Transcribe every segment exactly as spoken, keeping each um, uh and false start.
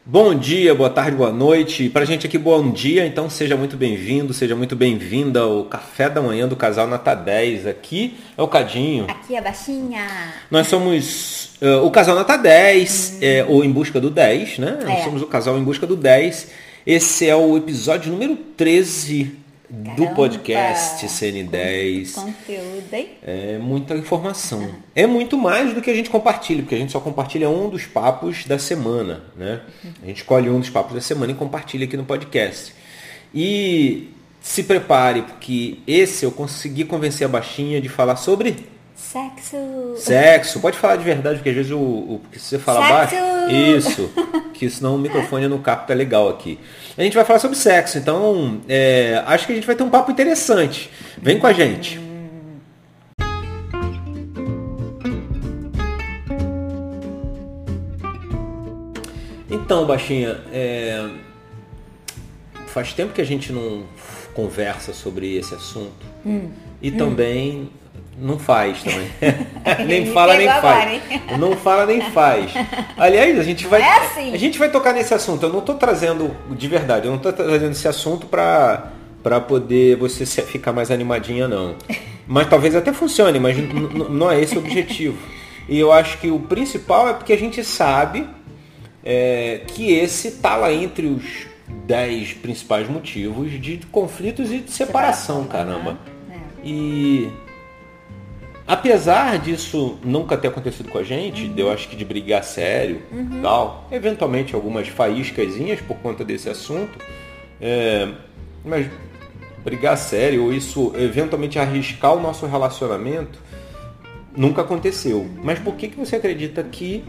Bom dia, boa tarde, boa noite. Pra gente aqui, bom dia, então seja muito bem-vindo, seja muito bem-vinda ao Café da Manhã do Casal Nota dez. Aqui é o Cadinho. Aqui é a Baixinha. Nós somos uh, o Casal Nota dez, hum. é, ou Em Busca do dez, né? É. Nós somos o Casal Em Busca do dez. Esse é o episódio número treze do Caramba, podcast C N dez. Conteúdo, hein? É muita informação. É muito mais do que a gente compartilha, porque a gente só compartilha um dos papos da semana, né? A gente escolhe um dos papos da semana e compartilha aqui no podcast. E se prepare, porque esse eu consegui convencer a Baixinha de falar sobre... Sexo. Sexo. Pode falar de verdade, porque às vezes o, o porque se você fala baixo... Isso. Que senão o microfone não capta legal aqui. A gente vai falar sobre sexo, então é, acho que a gente vai ter um papo interessante. Vem com a gente. Então, Baixinha, é, faz tempo que a gente não conversa sobre esse assunto. Hum, e hum. também não faz também. nem fala nem faz. Agora, não fala nem faz. Aliás, a gente vai, é assim. a gente vai tocar nesse assunto. Eu não estou trazendo, de verdade, eu não estou trazendo esse assunto para para poder você ficar mais animadinha, não. Mas talvez até funcione, mas não é esse o objetivo. E eu acho que o principal é porque a gente sabe é, que esse está lá entre os dez principais motivos de conflitos e de separação, caramba. E apesar disso nunca ter acontecido com a gente, uhum. eu acho que de brigar sério, uhum. tal, eventualmente algumas faíscazinhas por conta desse assunto, é, mas brigar sério ou isso eventualmente arriscar o nosso relacionamento nunca aconteceu. Mas por que, que você acredita que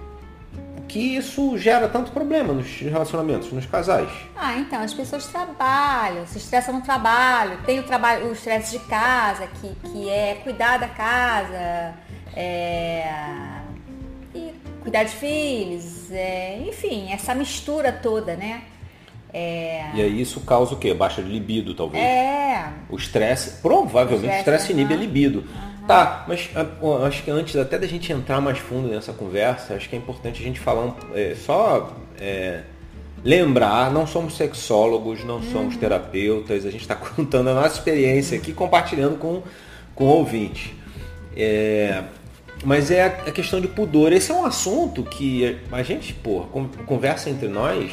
que isso gera tanto problema nos relacionamentos, nos casais? Ah, então, as pessoas trabalham, se estressam no trabalho, tem o trabalho, o estresse de casa, que, que é cuidar da casa, é, e cuidar de filhos, é, enfim, essa mistura toda, né? É... E aí isso causa o quê? Baixa de libido, talvez? É. O estresse, provavelmente o estresse inibe a libido. Uhum. Tá, mas acho que antes até da gente entrar mais fundo nessa conversa, acho que é importante a gente falar um, é, só é, lembrar, não somos sexólogos, não uhum. somos terapeutas, a gente está contando a nossa experiência aqui, compartilhando com, com o ouvinte. É, mas é a questão de pudor. Esse é um assunto que a gente, porra, conversa entre nós,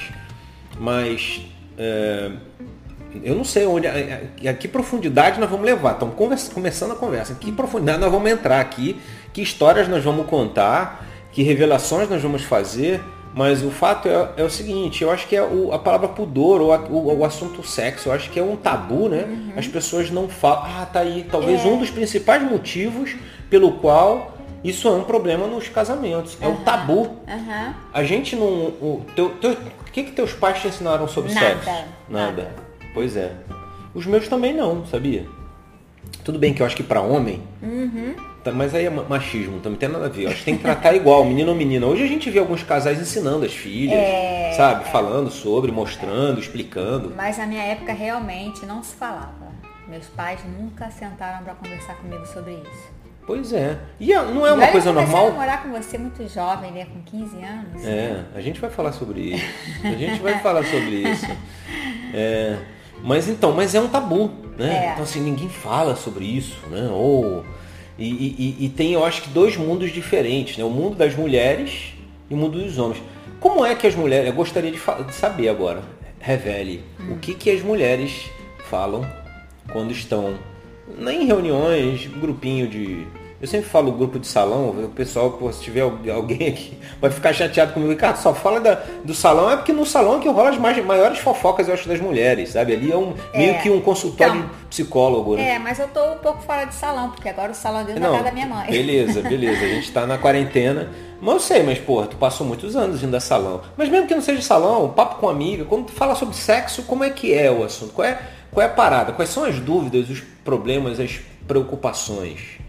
mas... É, eu não sei onde, a, a que profundidade nós vamos levar. Estamos conversa, começando a conversa. Em que profundidade nós vamos entrar aqui? Que histórias nós vamos contar? Que revelações nós vamos fazer? Mas o fato é, é o seguinte, eu acho que é o, a palavra pudor ou a, o, o assunto sexo, eu acho que é um tabu, né? Uhum. As pessoas não falam. Ah, tá aí. Talvez é. um dos principais motivos pelo qual isso é um problema nos casamentos. É uhum. um tabu. Uhum. A gente não... O, teu, teu, o que, que teus pais te ensinaram sobre Nada. sexo? Nada. Nada. Pois é. Os meus também não, sabia? Tudo bem que eu acho que pra homem, uhum. tá, mas aí é machismo, também tem nada a ver. Eu acho que tem que tratar igual, menino ou menina. Hoje a gente vê alguns casais ensinando as filhas, é... sabe? Falando sobre, mostrando, explicando. Mas na minha época realmente não se falava. Meus pais nunca sentaram pra conversar comigo sobre isso. Pois é. E não é uma e coisa normal? Eu morar com você muito jovem, né? Com quinze anos. É, né? A gente vai falar sobre isso. A gente vai falar sobre isso. É... Mas então, mas é um tabu, né? É. Então assim, ninguém fala sobre isso, né? Ou, e, e, e tem, eu acho que, dois mundos diferentes, né? O mundo das mulheres e o mundo dos homens. Como é que as mulheres... Eu gostaria de, de saber agora, revele, hum. o que, que as mulheres falam quando estão em reuniões, grupinho de... Eu sempre falo grupo de salão, o pessoal, pô, se tiver alguém aqui, vai ficar chateado comigo. Ricardo, só fala da, do salão, é porque no salão é que rola as mais, maiores fofocas, eu acho, das mulheres, sabe? Ali é um, é. meio que um consultório então, psicólogo, né? É, mas eu tô um pouco fora de salão, porque agora o salão deu na casa da minha mãe. Beleza, beleza, a gente tá na quarentena. Mas eu sei, mas, porra, tu passou muitos anos indo a salão. Mas mesmo que não seja salão, papo com amiga, quando tu fala sobre sexo, como é que é o assunto? Qual é, qual é a parada? Quais são as dúvidas, os problemas, as preocupações?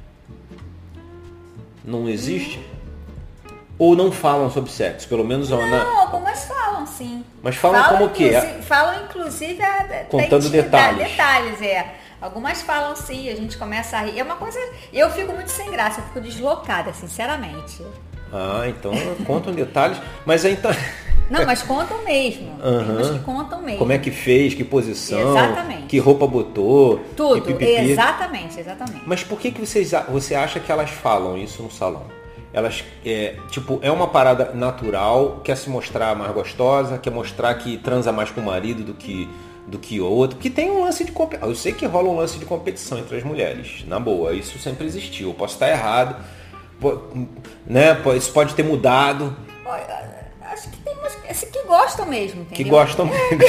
Não existe? Ou não falam sobre sexo? Pelo menos... Não, na... algumas falam, sim. Mas falam, falam como o quê? Falam, inclusive, a, contando detalhes. detalhes, é. Algumas falam sim, a gente começa a rir. É uma coisa... Eu fico muito sem graça, eu fico deslocada, sinceramente. Ah, então contam detalhes. Mas aí então... Não, mas contam mesmo. Uhum. Tem umas que contam mesmo. Como é que fez, que posição, exatamente. Que roupa botou. Tudo, exatamente, exatamente. Mas por que, que vocês, você acha que elas falam isso no salão? Elas, é, tipo, é uma parada natural, quer se mostrar mais gostosa, quer mostrar que transa mais com o marido do que, do que outro. Que tem um lance de competição. Eu sei que rola um lance de competição entre as mulheres. Na boa, isso sempre existiu. Eu posso estar errado, né? Isso pode ter mudado. Acho que tem umas que gostam mesmo, entendeu? Que gostam mesmo.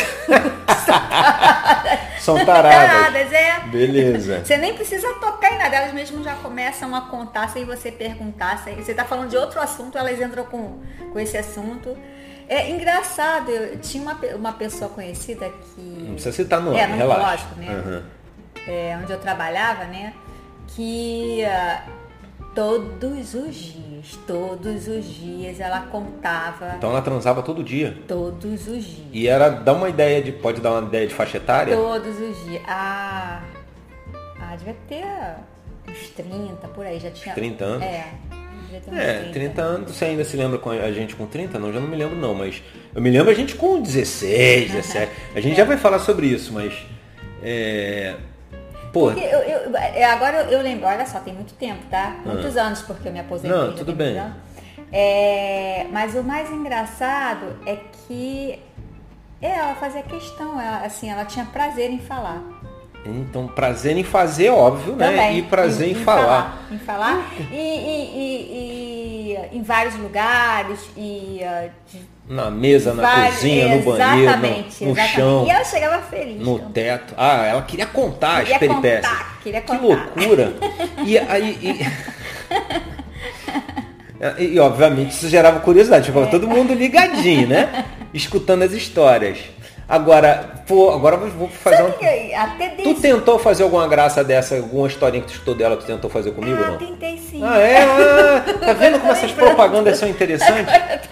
São taradas. Taradas, é. Beleza. Você nem precisa tocar em nada, elas mesmo já começam a contar sem você perguntar. Sem... Você tá falando de outro assunto, elas entram com, com esse assunto. É engraçado, eu tinha uma, uma pessoa conhecida que... Não precisa citar nome, é, não, relaxa. Lógico, né? Uhum. É, onde eu trabalhava, né? Que uh, todos os dias, todos os dias ela contava... Então ela transava todo dia? Todos os dias. E era, dá uma ideia de, pode dar uma ideia de faixa etária? Todos os dias. Ah, ah devia ter uns trinta, por aí, já tinha... trinta anos? É. É, trinta anos, você ainda se lembra com a gente com trinta? Não, já não me lembro não, mas eu me lembro a gente com dezesseis, dezessete. A gente é. já vai falar sobre isso, mas é... Pô, porque eu, eu, agora eu, eu lembro, olha só, tem muito tempo, tá? Muitos ah. anos, porque eu me aposentei. Não, tudo bem. É, mas o mais engraçado é que ela fazia questão, ela, assim, ela tinha prazer em falar. Então, prazer em fazer, óbvio, também, né? E prazer em, em, em falar. falar. Em falar. E, e, e, e em vários lugares. E, uh, de, na mesa, na vários, cozinha, no banheiro, no, no exatamente. chão. E ela chegava feliz. No então. teto. Ah, ela queria contar queria as peripécias. Contar, queria contar. Que loucura. E aí... E, e, e, obviamente, isso gerava curiosidade. Ficava é. todo mundo ligadinho, né? Escutando as histórias. Agora, pô, agora eu vou fazer Sabe um... que até desse... Tu tentou fazer alguma graça dessa, alguma historinha que tu escutou dela, tu tentou fazer comigo ah, ou não? Tentei sim. Ah, é? Ah, tá vendo como essas propagandas são interessantes?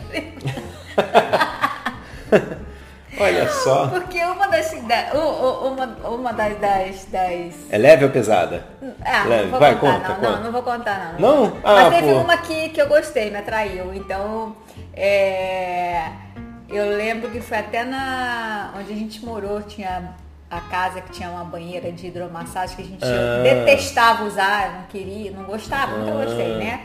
Olha só. Porque uma das uma, uma das, das, das... É leve ou pesada? Ah, leve. Não vou Vai, contar, conta, não, conta. não, não vou contar não. Não? Ah, mas teve pô. uma que, que eu gostei, me atraiu. Então, é... eu lembro que foi até na onde a gente morou, tinha a casa que tinha uma banheira de hidromassagem que a gente ah. detestava usar, não queria, não gostava, nunca ah. gostei, né?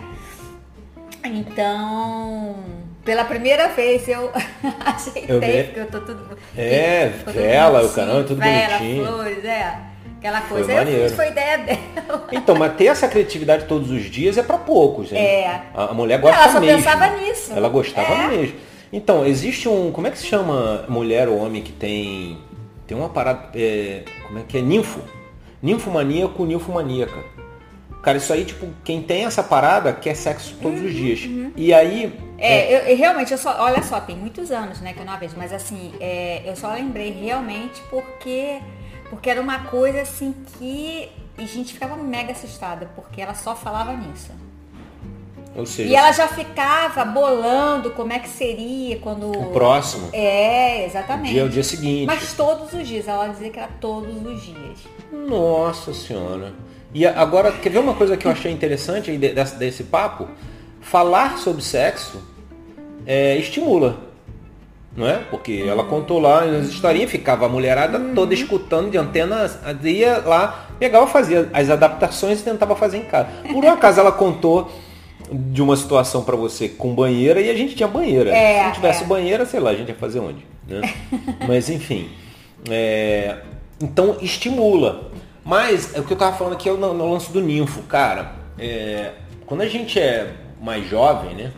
Então, pela primeira vez eu ajeitei, porque eu tô tudo... É, vela, o canal é tudo vela, bonitinho. Flores, é, aquela coisa. Foi maneiro. Eu fiz, foi ideia dela. Então, mas ter essa criatividade todos os dias é pra poucos, né? É. A mulher gosta Ela só mesmo. pensava nisso. Ela gostava é. mesmo. Então, existe um... Como é que se chama mulher ou homem que tem... Tem uma parada... É, como é que é? Ninfo. Ninfomaníaco, ninfomaníaca. Cara, isso aí, tipo, quem tem essa parada quer sexo todos uhum, os dias. Uhum. E aí... É, é... Eu, eu realmente, eu só... Olha só, tem muitos anos, né, que eu não vejo. Mas assim, é, eu só lembrei realmente porque... Porque era uma coisa, assim, que... E a gente ficava mega assustada, porque ela só falava nisso. Ou seja, e ela já ficava bolando como é que seria quando... O próximo. É, exatamente. O dia é o dia seguinte. Mas todos os dias, ela dizia que era todos os dias. Nossa Senhora. E agora, quer ver uma coisa que eu achei interessante aí desse, desse papo? Falar sobre sexo é, estimula. Não é? Porque ela contou lá as historinhas, ficava a mulherada uhum. toda escutando de antena, ia lá, pegava, fazia as adaptações e tentava fazer em casa. Por um acaso ela contou de uma situação para você com banheira e a gente tinha banheira. É, Se não tivesse é. banheira, sei lá, a gente ia fazer onde? Né? Mas enfim. É, então estimula. Mas o que eu tava falando aqui é o, no lance do ninfo, cara. É, quando a gente é mais jovem, né?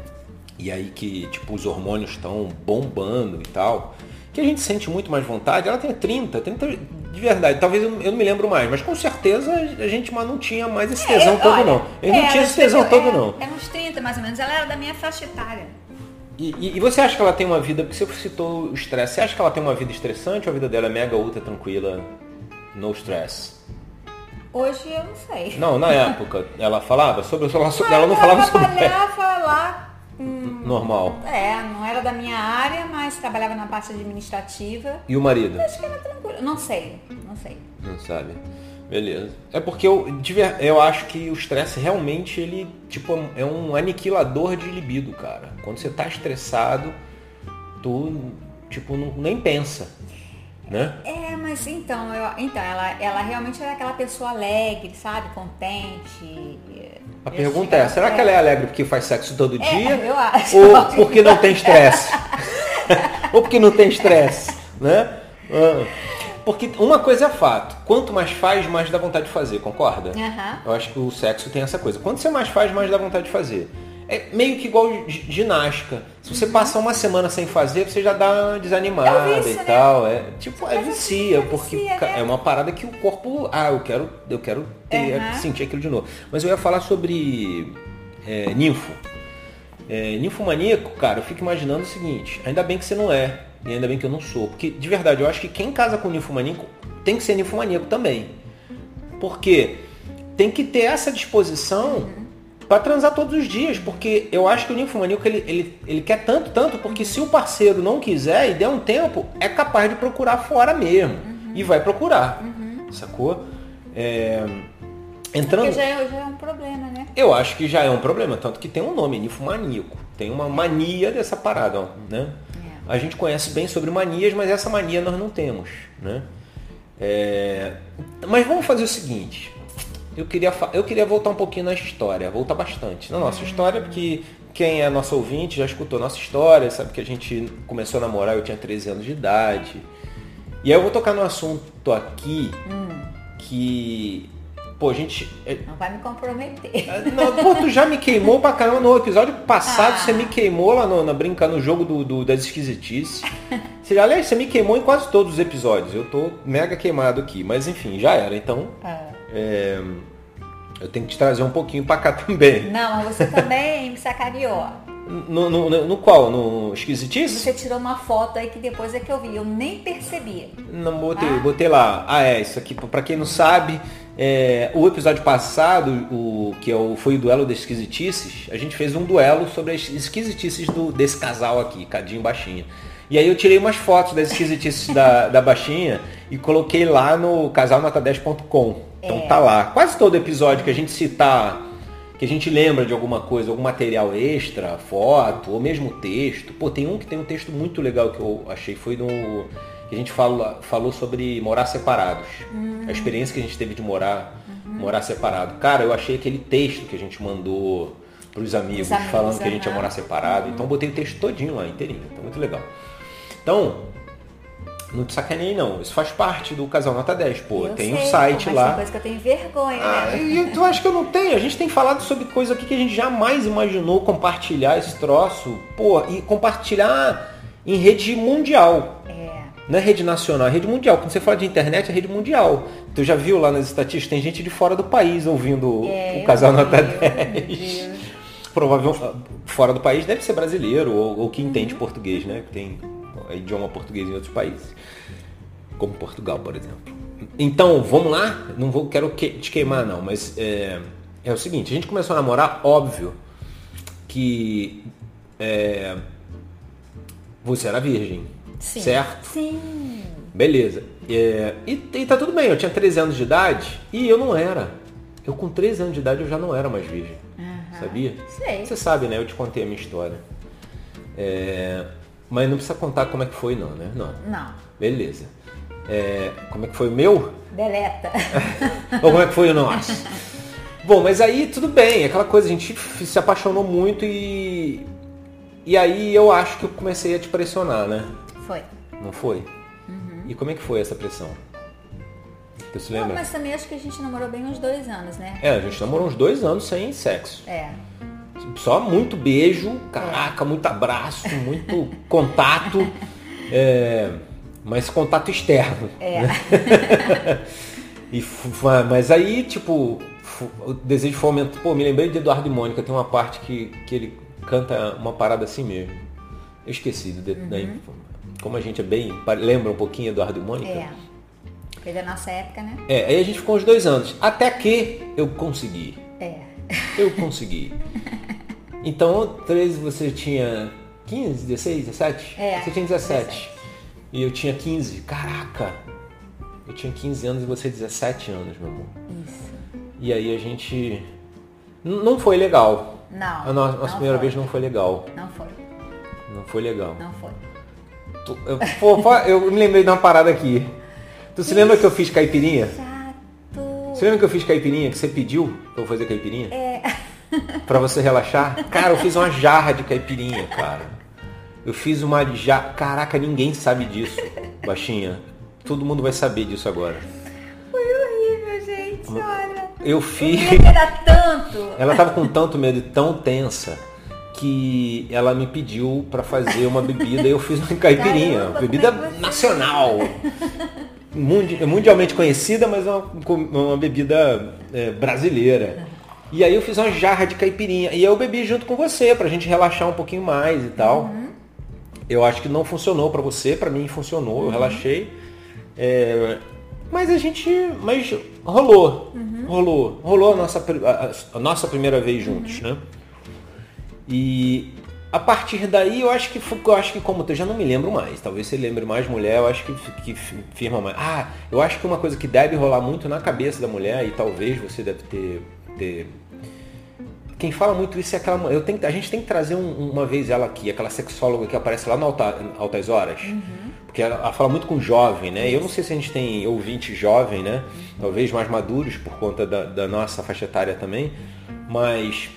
E aí que tipo os hormônios estão bombando e tal, que a gente sente muito mais vontade. Ela tem trinta, trinta de verdade. Talvez eu, eu não me lembro mais, mas com certeza a gente mas não tinha mais esse tesão é, todo olha, não. Eu é, não tinha esse tesão eu, todo é, não. É uns trinta mais ou menos. Ela era da minha faixa etária. E, e, e você acha que ela tem uma vida, porque você citou o estresse, você acha que ela tem uma vida estressante ou a vida dela é mega ultra tranquila? No stress. Hoje eu não sei. Não, na época ela falava sobre, ela, sobre, não, ela não falava ela sobre. Trabalhava lá. Hum, normal. É, não era da minha área, mas trabalhava na parte administrativa. E o marido? Acho que era tranquilo. Não sei, não sei. Não sabe. Beleza. É porque eu, eu acho que o estresse realmente ele tipo é um aniquilador de libido, cara. Quando você tá estressado, tu, tipo, não, nem pensa, né? É, mas então, eu, então ela, ela realmente era aquela pessoa alegre, sabe? Contente. A pergunta é, será que ela é alegre porque faz sexo todo dia? É, eu acho. Ou porque não tem estresse? Ou porque não tem estresse, né? Porque uma coisa é fato, quanto mais faz, mais dá vontade de fazer, concorda? Uhum. Eu acho que o sexo tem essa coisa. Quanto você mais faz, mais dá vontade de fazer. É meio que igual ginástica. Se você uhum. passar uma semana sem fazer, você já dá uma desanimada é vício, e tal. Né? É, tipo, é vicia, porque vicia, né? É uma parada que o corpo... Ah, eu quero, eu quero ter, uhum. sentir aquilo de novo. Mas eu ia falar sobre é, ninfo. É, ninfomaníaco, cara, eu fico imaginando o seguinte. Ainda bem que você não é. E ainda bem que eu não sou. Porque, de verdade, eu acho que quem casa com ninfomaníaco tem que ser ninfomaníaco também. Porque tem que ter essa disposição... Uhum. Para transar todos os dias, porque eu acho que o ninfomaníaco ele, ele, ele quer tanto, tanto, porque se o parceiro não quiser e der um tempo, é capaz de procurar fora mesmo. Uhum. E vai procurar, uhum. sacou? É... Entrando... Porque já é, já é um problema, né? Eu acho que já é um problema, tanto que tem um nome, ninfomaníaco. Tem uma mania dessa parada, ó, né? É. A gente conhece bem sobre manias, mas essa mania nós não temos, né? É... Mas vamos fazer o seguinte... Eu queria, eu queria voltar um pouquinho na história, voltar bastante na nossa história, porque quem é nosso ouvinte já escutou nossa história, sabe que a gente começou a namorar, eu tinha treze anos de idade. E aí eu vou tocar num assunto aqui hum. que, pô, a gente... Não vai me comprometer. Não, pô, tu já me queimou pra caramba no episódio passado, ah. você me queimou lá no, na, brincando no jogo do, do, das esquisitices. Você, aliás, você me queimou em quase todos os episódios, eu tô mega queimado aqui, mas enfim, já era, então... Ah. É, eu tenho que te trazer um pouquinho pra cá também. Não, mas você também me sacaneou. No, no, no, no qual? No esquisitice? Você tirou uma foto aí que depois é que eu vi, eu nem percebi. Não, botei, ah. botei lá. Ah, é, isso aqui, pra quem não sabe, é, o episódio passado, o, que é o, foi o duelo das esquisitices, a gente fez um duelo sobre as esquisitices do, desse casal aqui, Cadinho e Baixinha. E aí eu tirei umas fotos das esquisitices da, da Baixinha e coloquei lá no casal nota dez ponto com. Então é. Tá lá. Quase todo episódio que a gente citar, que a gente lembra de alguma coisa, algum material extra, foto, ou mesmo texto. Pô, tem um que tem um texto muito legal que eu achei, foi no... que a gente fala, falou sobre morar separados. Uhum. A experiência que a gente teve de morar, uhum. morar separado. Cara, eu achei aquele texto que a gente mandou pros amigos, amigos falando uhum. que a gente ia morar separado. Uhum. Então eu botei o texto todinho lá, inteirinho. Então muito legal. Então, não te sacanei não, isso faz parte do Casal Nota dez, pô, eu tem o um site mas lá. Tem coisa que eu tenho vergonha, ah, né? E tu acha que eu não tenho? A gente tem falado sobre coisa aqui que a gente jamais imaginou compartilhar esse troço, pô, e compartilhar em rede mundial. É. Não é rede nacional, é rede mundial. Quando você fala de internet, é rede mundial. Tu já viu lá nas estatísticas, tem gente de fora do país ouvindo é, o Casal Nota dez. Provavelmente fora do país deve ser brasileiro ou, ou que entende uhum. português, né? Que tem idioma português em outros países, como Portugal, por exemplo. Então, vamos lá? Não vou, quero que, te queimar, não, mas é, é o seguinte, a gente começou a namorar, óbvio, que é, você era virgem, Sim. certo? Sim. Beleza. É, e, e tá tudo bem, eu tinha treze anos de idade e eu não era. Eu com treze anos de idade eu já não era mais virgem. Uhum. Sabia? Sei. Você sabe, né? Eu te contei a minha história. É... Mas não precisa contar como é que foi não, né? Não. Não. Beleza. É, como é que foi o meu? Deleta. Ou como é que foi o nosso? Bom, mas aí tudo bem, aquela coisa, a gente se apaixonou muito e... E aí eu acho que eu comecei a te pressionar, né? Foi. Não foi? Uhum. E como é que foi essa pressão? Você se lembra? Não, mas também acho que a gente namorou bem uns dois anos, né? É, a gente namorou uns dois anos sem sexo. É. Só muito beijo, caraca, muito abraço, muito contato, é, mas contato externo. É. Né? e, mas aí, tipo, o desejo foi aumentando. Pô, me lembrei de Eduardo e Mônica, tem uma parte que, que ele canta uma parada assim mesmo. Eu esqueci, de, uhum. da, como a gente é bem, lembra um pouquinho Eduardo e Mônica. É, foi da nossa época, né? É, aí a gente ficou uns dois anos, até que eu consegui. É. Eu consegui. Então, treze, você tinha quinze, dezesseis, dezessete? É, você tinha dezessete. dezessete. E eu tinha quinze. Caraca! Eu tinha quinze anos e você dezessete anos, meu amor. Isso. E aí a gente... Não foi legal. Não. A nossa, nossa não primeira foi. vez não foi legal. Não foi. Não foi legal. Não foi. Tu, eu, pô, eu me lembrei de uma parada aqui. Tu se lembra que eu fiz caipirinha? Chato. Você lembra que eu fiz caipirinha? Que você pediu pra eu fazer caipirinha? É. Pra você relaxar? Cara, eu fiz uma jarra de caipirinha, cara. Eu fiz uma jarra... Caraca, ninguém sabe disso, baixinha. Todo mundo vai saber disso agora. Foi horrível, gente, olha. Eu fiz... Eu ia dar tanto. Ela tava com tanto medo e tão tensa que ela me pediu pra fazer uma bebida e eu fiz uma caipirinha. Caramba, bebida como é que você nacional. Mundi- mundialmente conhecida, mas é uma, uma bebida é, brasileira. E aí eu fiz uma jarra de caipirinha. E eu bebi junto com você, pra gente relaxar um pouquinho mais e tal. Uhum. Eu acho que não funcionou pra você, pra mim funcionou, eu relaxei. É, mas a gente. Mas rolou. Uhum. Rolou. Rolou a nossa, a, a nossa primeira vez juntos, uhum. né? E a partir daí eu acho que eu acho que como eu já não me lembro mais, talvez você lembre mais mulher, eu acho que, que firma mais. Ah, eu acho que uma coisa que deve rolar muito na cabeça da mulher, e talvez você deve ter. ter... Quem fala muito isso é aquela. Eu tenho, a gente tem que trazer um, uma vez ela aqui, aquela sexóloga que aparece lá no Alta, Altas Horas. Uhum. Porque ela, ela fala muito com jovem, né? Eu não sei se a gente tem ouvinte jovem, né? Talvez mais maduros por conta da, da nossa faixa etária também. Mas.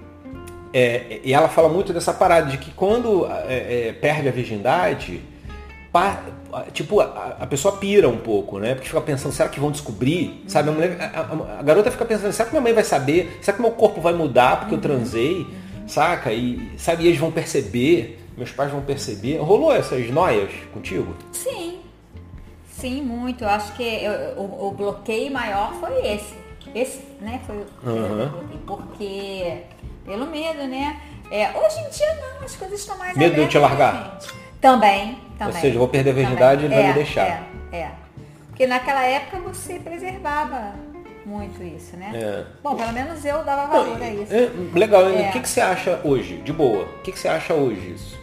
É, e ela fala muito dessa parada de que quando é, é, perde a virgindade, pa, tipo, a, a pessoa pira um pouco, né? Porque fica pensando, será que vão descobrir? Sabe, a, mulher, a, a, a garota fica pensando, será que minha mãe vai saber? Será que meu corpo vai mudar porque eu transei? Saca? E sabe, eles vão perceber, meus pais vão perceber. Rolou essas noias contigo? Sim, sim, muito. Eu acho que eu, o, o bloqueio maior foi esse. Esse, né? Foi o uhum. porque... Pelo medo, né? É, hoje em dia não, as coisas estão mais medo de eu te largar? Também, também. Ou seja, eu vou perder a virgindade e ele é, vai me deixar. É, é. Porque naquela época você preservava muito isso, né? É. Bom, pelo menos eu dava valor não, a isso. É, legal, é. O que, que você acha hoje, de boa? O que, que você acha hoje disso?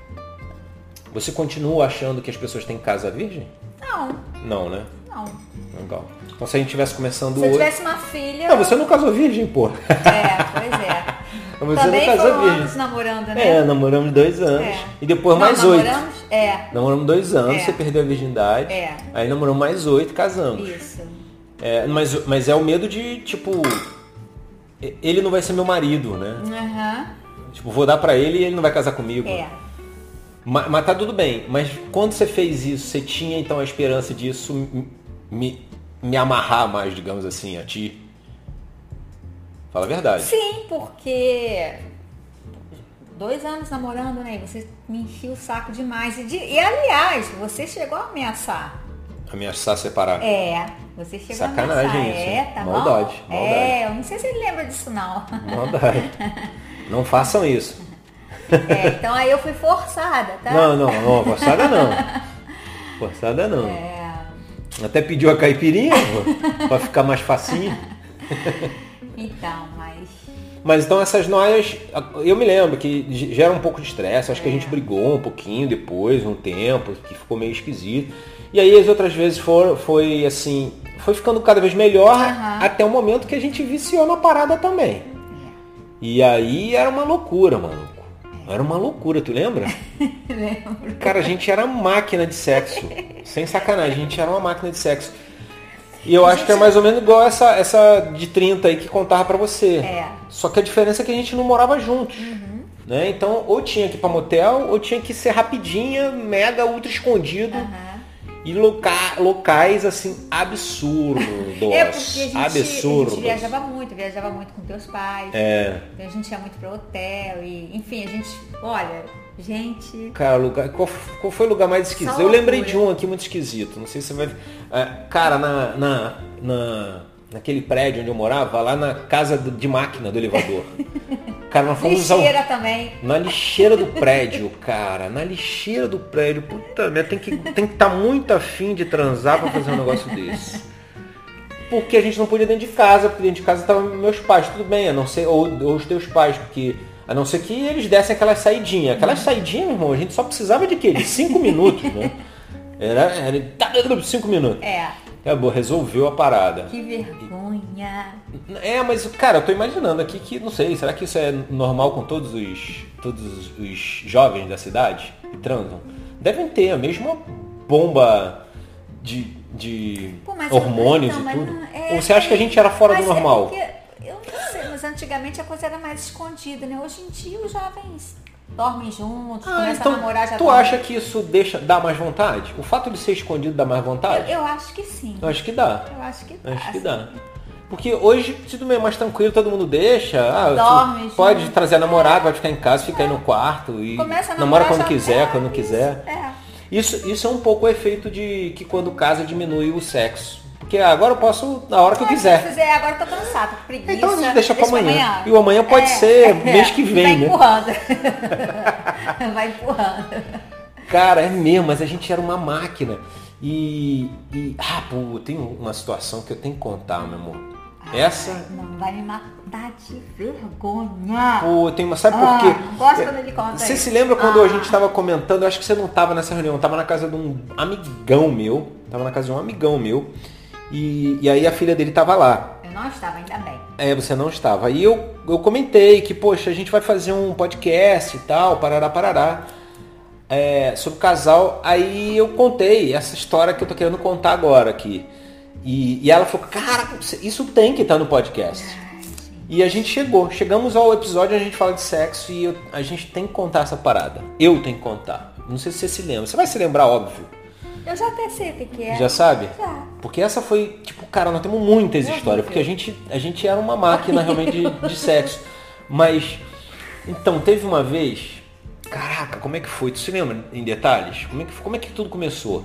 Você continua achando que as pessoas têm casa virgem? Não. Não, né? Não. Legal. Então se a gente estivesse começando hoje... Se eu tivesse uma filha... Não, você não casou virgem, pô. É, pois é. Você também não casou foram virgem. anos namorando, né? É, namoramos dois anos. É. E depois não, mais oito. É. Namoramos dois anos, é. Você perdeu a virgindade. É. Aí namoramos mais oito, casamos. Isso. É, mas, mas é o medo de, tipo... Ele não vai ser meu marido, né? Uhum. Tipo, vou dar pra ele e ele não vai casar comigo. É. Mas, mas tá tudo bem. Mas quando você fez isso, você tinha então a esperança disso me, me amarrar mais, digamos assim, a ti? Fala a verdade. Sim, porque dois anos namorando, né? E você me enchia o saco demais. E, de, e aliás, você chegou a ameaçar. Ameaçar separar? É, você chegou Sacanagem a ameaçar. Isso. É, tá maldade, bom? maldade. É, eu não sei se ele lembra disso não. Maldade. Não façam isso. É, então aí eu fui forçada, tá? Não, não, não, forçada não. Forçada não. É... Até pediu a caipirinha pra ficar mais facinho. Então, mas... Mas então essas noias, eu me lembro que gera um pouco de estresse, acho é. que a gente brigou um pouquinho depois, um tempo, que ficou meio esquisito. E aí as outras vezes foram, foi assim, foi ficando cada vez melhor, uhum. até o momento que a gente viciou na parada também. É. E aí era uma loucura, mano. Era uma loucura, tu lembra? Lembro. Cara, a gente era máquina de sexo. Sem sacanagem, a gente era uma máquina de sexo. E eu a acho gente... que é mais ou menos igual essa, essa de trinta aí que contava pra você. É. Só que a diferença é que a gente não morava juntos. Uhum. Né? Então, ou tinha que ir pra motel, ou tinha que ser rapidinha, mega, ultra escondido. Uhum. E loca... locais, assim, absurdos. É, porque a gente, absurdos. a gente viajava muito, viajava muito com teus pais. É. Então a gente ia muito pro hotel e, enfim, a gente, olha, gente... Cara, lugar, qual, qual foi o lugar mais esquisito? Eu lembrei de um aqui muito esquisito, não sei se você vai... É, cara, na, na, na, naquele prédio onde eu morava, lá na casa de máquina do elevador. Cara, nós fomos lixeira ao... também. Na lixeira do prédio, cara. Na lixeira do prédio. Puta merda, tem que tem que estar tá muito afim de transar pra fazer um negócio desse. Porque a gente não podia dentro de casa, porque dentro de casa estavam meus pais, tudo bem, a não ser, ou, ou os teus pais, porque a não ser que eles dessem aquelas saidinhas. Aquelas saidinhas, meu irmão, a gente só precisava de quê? De cinco minutos, né? Era, era cinco minutos. É. Acabou, resolveu a parada. Que vergonha. É, mas, cara, eu tô imaginando aqui que, não sei, será que isso é normal com todos os, todos os jovens da cidade que transam? devem ter a mesma bomba de, de Pô, hormônios eu, então, e tudo. Não, é, Ou você acha é, que a gente era fora do normal? É porque, eu não sei, mas antigamente a coisa era mais escondida, né? Hoje em dia os jovens dormem juntos, ah, começam então, a namorar já. Tu dormem. Acha que isso deixa, dá mais vontade? O fato de ser escondido dá mais vontade? Eu, eu acho que sim. Eu acho que dá. Eu acho que dá. Acho que dá. Porque hoje, se tu é mais tranquilo, todo mundo deixa. Ah, Dorme, pode junto. trazer a namorada, vai ficar em casa, fica é. aí no quarto. E namora quando quiser, é, quando isso, quiser. É. Isso, isso é um pouco o efeito de que quando casa diminui o sexo. Porque agora eu posso na hora que eu quiser. Se quiser, agora eu tô cansado, preguiça. Então a gente deixa pra amanhã. amanhã. E o amanhã pode é, ser é, mês que vem, vai né? Empurrando. Vai empurrando. Cara, é mesmo, mas a gente era uma máquina. E, e ah, pô, tem uma situação que eu tenho que contar, meu amor. Ah, Essa. Não vai me matar de vergonha. Pô, tem uma. Sabe por quê? Ah, gosto quando ele conta. Você isso. se lembra quando ah. a gente estava comentando? Eu acho que você não estava nessa reunião. Eu estava na casa de um amigão meu. Tava na casa de um amigão meu. E, e aí a filha dele estava lá. Eu não estava, ainda bem. É, você não estava. Aí eu, eu comentei que, poxa, a gente vai fazer um podcast e tal, parará, parará. É, sobre o casal. Aí eu contei essa história que eu tô querendo contar agora aqui. E, e ela falou, cara, isso tem que estar no podcast. Ai, e a gente chegou, chegamos ao episódio onde a gente fala de sexo e eu, a gente tem que contar essa parada. Eu tenho que contar. Não sei se você se lembra. Você vai se lembrar, óbvio. Eu já até sei o que é. Já sabe? Já. Porque essa foi, tipo, cara, nós temos muitas eu histórias. Porque a gente, a gente era uma máquina realmente de, de sexo. Mas, então, teve uma vez... Caraca, como é que foi? Tu se lembra em detalhes? Como é que, como é que tudo começou?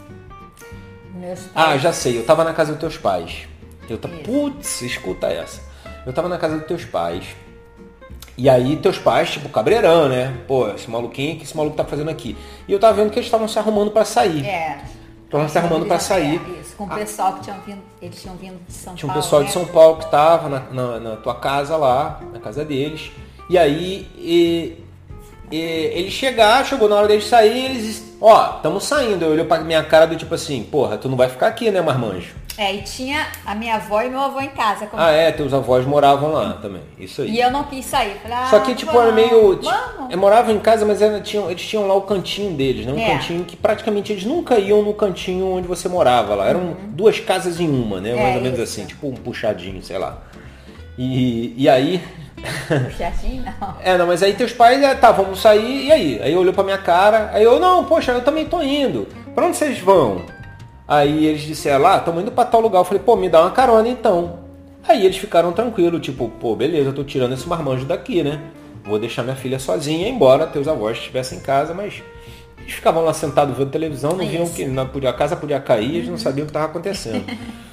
Meus pais. Ah, já sei. Eu tava na casa dos teus pais. Eu tava... Putz, escuta essa. Eu tava na casa dos teus pais. E aí teus pais, tipo, cabreirão, né? Pô, esse maluquinho, o que esse maluco tá fazendo aqui? E eu tava vendo que eles estavam se arrumando pra sair. É. Estavam se arrumando pra sair. É, isso, com o pessoal ah. que tinham vindo, eles tinham vindo de São Tinha um Paulo. pessoal né? de São Paulo que tava na, na, na tua casa lá, na casa deles. E aí, e, e, ele chegar, chegou na hora deles sair, eles... Ó, estamos saindo. Eu olhei pra minha cara do tipo assim, porra, tu não vai ficar aqui, né, marmanjo? É, e tinha a minha avó e meu avô em casa. Como... Ah, é, teus avós moravam lá também, isso aí. E eu não quis sair. Falei, ah, só que, tipo, vamos, era meio... Vamos. Eu morava em casa, mas era, tinham, eles tinham lá o cantinho deles, né? Um é. cantinho que praticamente eles nunca iam no cantinho onde você morava lá. Eram uhum. duas casas em uma, né? Mais é, ou menos isso. assim, tipo um puxadinho, sei lá. E, e aí... Puxadinho, não. É, não, mas aí teus pais, tá, vamos sair, e aí? Aí olhou pra minha cara, aí eu, não, poxa, eu também tô indo. Pra onde vocês vão? Aí eles disseram, lá, estamos indo pra tal lugar. Eu falei, pô, me dá uma carona então. Aí eles ficaram tranquilos, tipo, pô, beleza, eu tô tirando esse marmanjo daqui, né? Vou deixar minha filha sozinha, embora teus avós estivessem em casa, mas eles ficavam lá sentados vendo televisão, não viam que não podia, a casa podia cair, eles não sabiam o que estava acontecendo.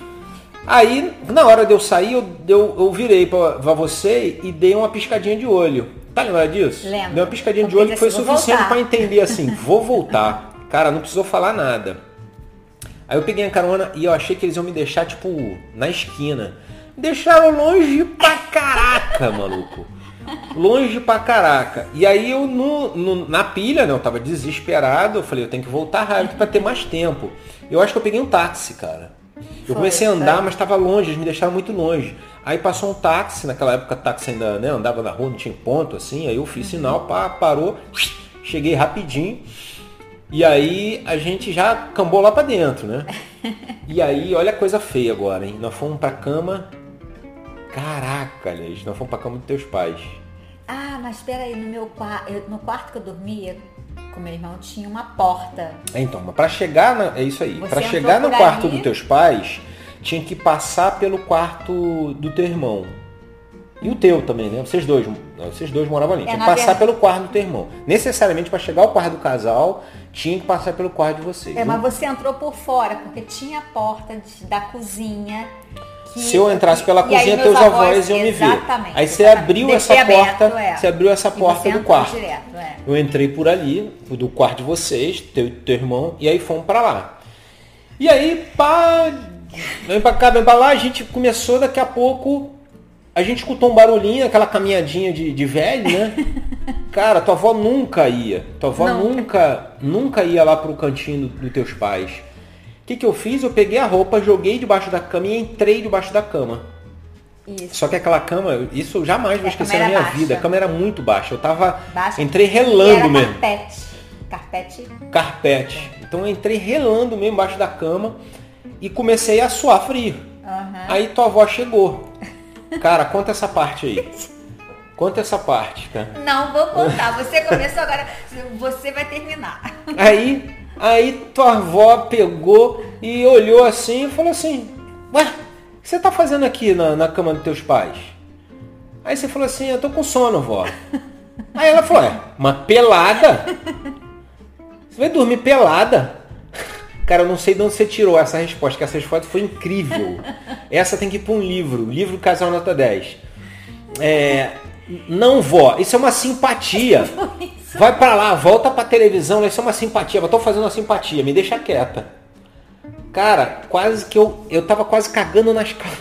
Aí, na hora de eu sair, eu, eu, eu virei pra, pra você e dei uma piscadinha de olho. Tá lembrado disso? Lembro. Dei uma piscadinha de olho que foi suficiente para entender assim, vou voltar. Cara, não precisou falar nada. Aí eu peguei a carona e eu achei que eles iam me deixar, tipo, na esquina. Me deixaram longe pra caraca, maluco. Longe pra caraca. E aí eu, no, no, na pilha, né, eu tava desesperado. Eu falei, eu tenho que voltar rápido pra ter mais tempo. Eu acho que eu peguei um táxi, cara. Eu comecei a andar, mas estava longe, eles me deixaram muito longe. Aí passou um táxi, naquela época o táxi ainda, né, andava na rua, não tinha ponto, assim. Aí eu fiz sinal, pá, parou, cheguei rapidinho. E aí a gente já cambou lá pra dentro, né? E aí, olha a coisa feia agora, hein? Nós fomos pra cama. Caraca, aliás, nós fomos pra cama dos teus pais. Ah, mas espera aí, no meu quarto, no quarto que eu dormia com meu irmão tinha uma porta. Então, mas pra chegar, na, é isso aí, Você pra chegar no quarto ali... dos teus pais, tinha que passar pelo quarto do teu irmão. E o teu também, né? Vocês dois, vocês dois moravam ali. É, tinha que passar verdade... pelo quarto do teu irmão. Necessariamente, para chegar ao quarto do casal, tinha que passar pelo quarto de vocês. É, mas você entrou por fora, porque tinha a porta de, da cozinha. Que... Se eu entrasse pela que... cozinha, teus avós, avós iam me ver. Exatamente. Aí você abriu essa aberto, porta, é. você abriu essa porta do quarto. Direto, é. Eu entrei por ali, do quarto de vocês, teu teu irmão, e aí fomos para lá. E aí, pá, vem para cá, vem para lá, a gente começou daqui a pouco. A gente escutou um barulhinho, aquela caminhadinha de, de velho, né? Cara, tua avó nunca ia. Tua avó Não. nunca, nunca ia lá pro cantinho dos do teus pais. O que que eu fiz? Eu peguei a roupa, joguei debaixo da cama e entrei debaixo da cama. Isso. Só que aquela cama, isso eu jamais vou esquecer na minha baixa. vida. A cama era muito baixa. Eu tava, baixa. entrei relando era mesmo. Carpete. Carpete. Carpete. Então eu entrei relando mesmo embaixo da cama e comecei a suar frio. Uhum. Aí tua avó chegou. Cara, conta essa parte aí. Conta essa parte, cara. Não vou contar. Você começou agora, você vai terminar. Aí, aí tua avó pegou e olhou assim e falou assim, ué, o que você tá fazendo aqui na, na cama dos teus pais? Aí você falou assim, eu tô com sono, vó. Aí ela falou, é, uma pelada? Você vai dormir pelada? Cara, eu não sei de onde você tirou essa resposta, que essa resposta foi incrível. Essa tem que ir para um livro, livro Casal Nota dez. É, não, vó, isso é uma simpatia. Vai para lá, volta para televisão, isso é uma simpatia. Eu tô fazendo uma simpatia, me deixa quieta. Cara, quase que eu, eu tava quase cagando nas calças.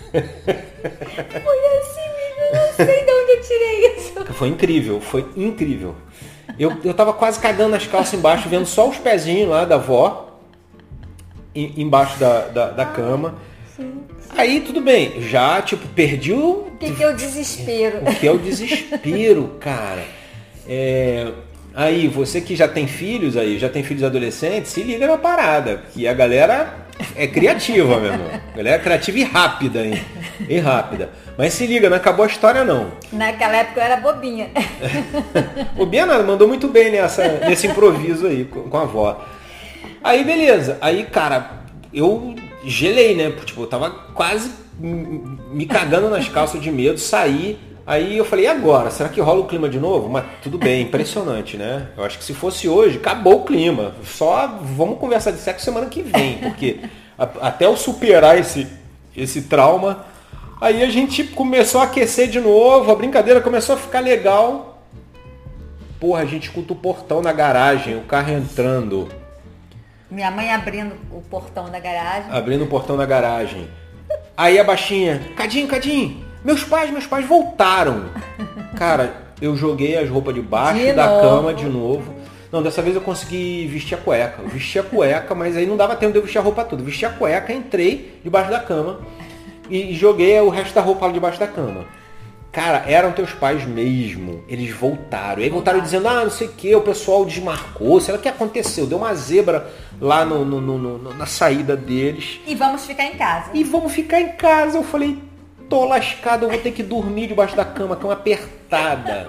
Foi assim mesmo, eu não sei de onde eu tirei isso. Foi incrível, foi incrível. Eu, eu tava quase cagando nas calças embaixo, vendo só os pezinhos lá da avó. Embaixo da, da, da cama. Sim, sim. Aí tudo bem, já tipo, perdi o... O que, que é o desespero? O que é o desespero, cara. É... Aí, você que já tem filhos aí, já tem filhos adolescentes, se liga na parada, porque a galera é criativa, meu irmão. A galera é criativa e rápida, hein? E rápida. Mas se liga, não acabou a história não. Naquela época eu era bobinha. Bobinha nada, mandou muito bem nessa, nesse improviso aí com, com a avó. Aí beleza, aí cara, eu gelei, né? Tipo, eu tava quase me cagando nas calças de medo, saí. Aí eu falei, e agora? Será que rola o clima de novo? Mas tudo bem, impressionante, né? Eu acho que se fosse hoje, acabou o clima. Só vamos conversar de sexo semana que vem, porque a, até eu superar esse, esse trauma, aí a gente começou a aquecer de novo, a brincadeira começou a ficar legal. Porra, a gente escuta o portão na garagem, o carro entrando. Minha mãe abrindo o portão da garagem. Abrindo o portão da garagem. Aí a baixinha, Cadinho, Cadinho, meus pais, meus pais voltaram. Cara, eu joguei as roupas debaixo de da novo. cama de novo. Não, dessa vez eu consegui vestir a cueca. Eu vesti a cueca, mas aí não dava tempo de eu vestir a roupa toda. Eu vesti a cueca, entrei debaixo da cama e joguei o resto da roupa lá debaixo da cama. Cara, eram teus pais mesmo. Eles voltaram. E aí voltaram dizendo, ah, não sei o que, o pessoal desmarcou. Sei lá o que aconteceu. Deu uma zebra lá no, no, no, no, na saída deles. E vamos ficar em casa. E vamos ficar em casa. Eu falei, tô lascado, eu vou ter que dormir debaixo da cama, cama apertada.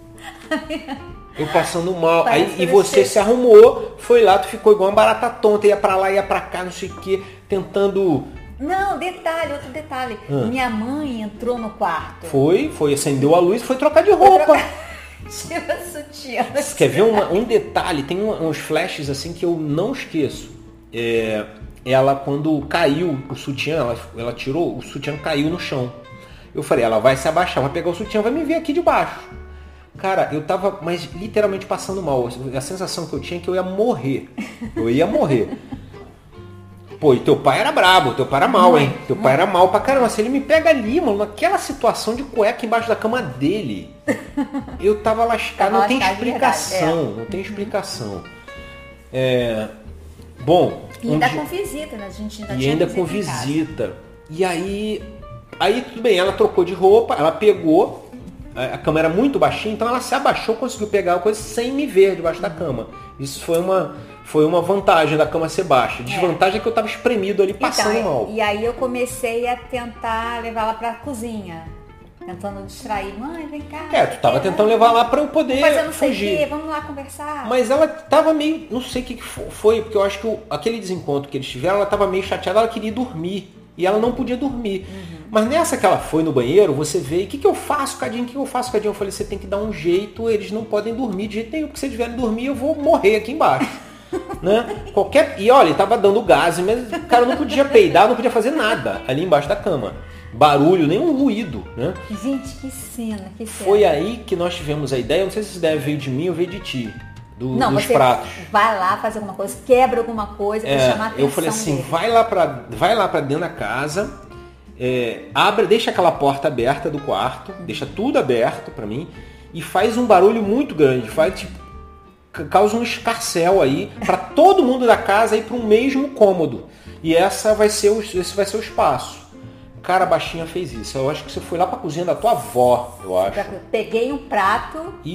Eu passando mal. Aí, e você se arrumou, foi lá, tu ficou igual uma barata tonta, ia pra lá, ia pra cá, não sei o que, tentando... Não, detalhe, outro detalhe. Ah. Minha mãe entrou no quarto. Foi, foi, acendeu a luz e foi trocar de roupa. Tira sutiã. Quer ver uma, um detalhe? Tem um, uns flashes assim que eu não esqueço. É, ela, quando caiu o sutiã, ela, ela tirou, o sutiã caiu no chão. Eu falei, ela vai se abaixar, vai pegar o sutiã, vai me ver aqui de baixo. Cara, eu tava, mas literalmente passando mal. A sensação que eu tinha é que eu ia morrer. Eu ia morrer. Pô, e teu pai era brabo, teu pai era mal, hein? Teu pai era mal pra caramba. Se ele me pega ali, mano, naquela situação de cueca embaixo da cama dele, eu tava lascado. Não tem explicação, não tem explicação. É... Bom... E ainda com visita, né? A gente ainda E ainda com visita. E aí... Aí tudo bem, ela trocou de roupa, ela pegou... A cama era muito baixinha, então ela se abaixou, conseguiu pegar a coisa sem me ver debaixo da cama. Isso foi uma... Foi uma vantagem da cama ser baixa. Desvantagem é, é que eu tava espremido ali, passando então, mal. E aí eu comecei a tentar levar ela pra cozinha. Tentando distrair. Mãe, vem cá. É, tu tava tentando levar lá pra eu poder Mas eu não sei fugir. o quê, vamos lá conversar. Mas ela tava meio... Não sei o que foi, porque eu acho que o, aquele desencontro que eles tiveram, ela tava meio chateada, ela queria dormir. E ela não podia dormir. Uhum. Mas nessa que ela foi no banheiro, você vê, o que, que eu faço, Cadinho? O que, que eu faço, Cadinho? Eu falei, você tem que dar um jeito, eles não podem dormir de jeito nenhum, porque se eles vierem dormir, eu vou morrer aqui embaixo. Né? Qualquer... E olha, tava dando gás, mas o cara não podia peidar, não podia fazer nada ali embaixo da cama. Barulho, nenhum ruído, né? Gente, que cena, que cena. Foi aí que nós tivemos a ideia, eu não sei se essa ideia veio de mim ou veio de ti, do, não, dos você pratos. Vai lá fazer alguma coisa, quebra alguma coisa pra é, chamar a atenção eu falei assim, dele. vai lá pra, vai lá pra dentro da casa, é, abre, deixa aquela porta aberta do quarto, uhum. deixa tudo aberto pra mim e faz um barulho muito grande, faz tipo, causa um escarcéu aí para todo mundo da casa ir para um mesmo cômodo. E essa vai ser o, esse vai ser o espaço. Cara, a baixinha fez isso. Eu acho que você foi lá para a cozinha da tua avó, eu acho. Eu peguei um prato e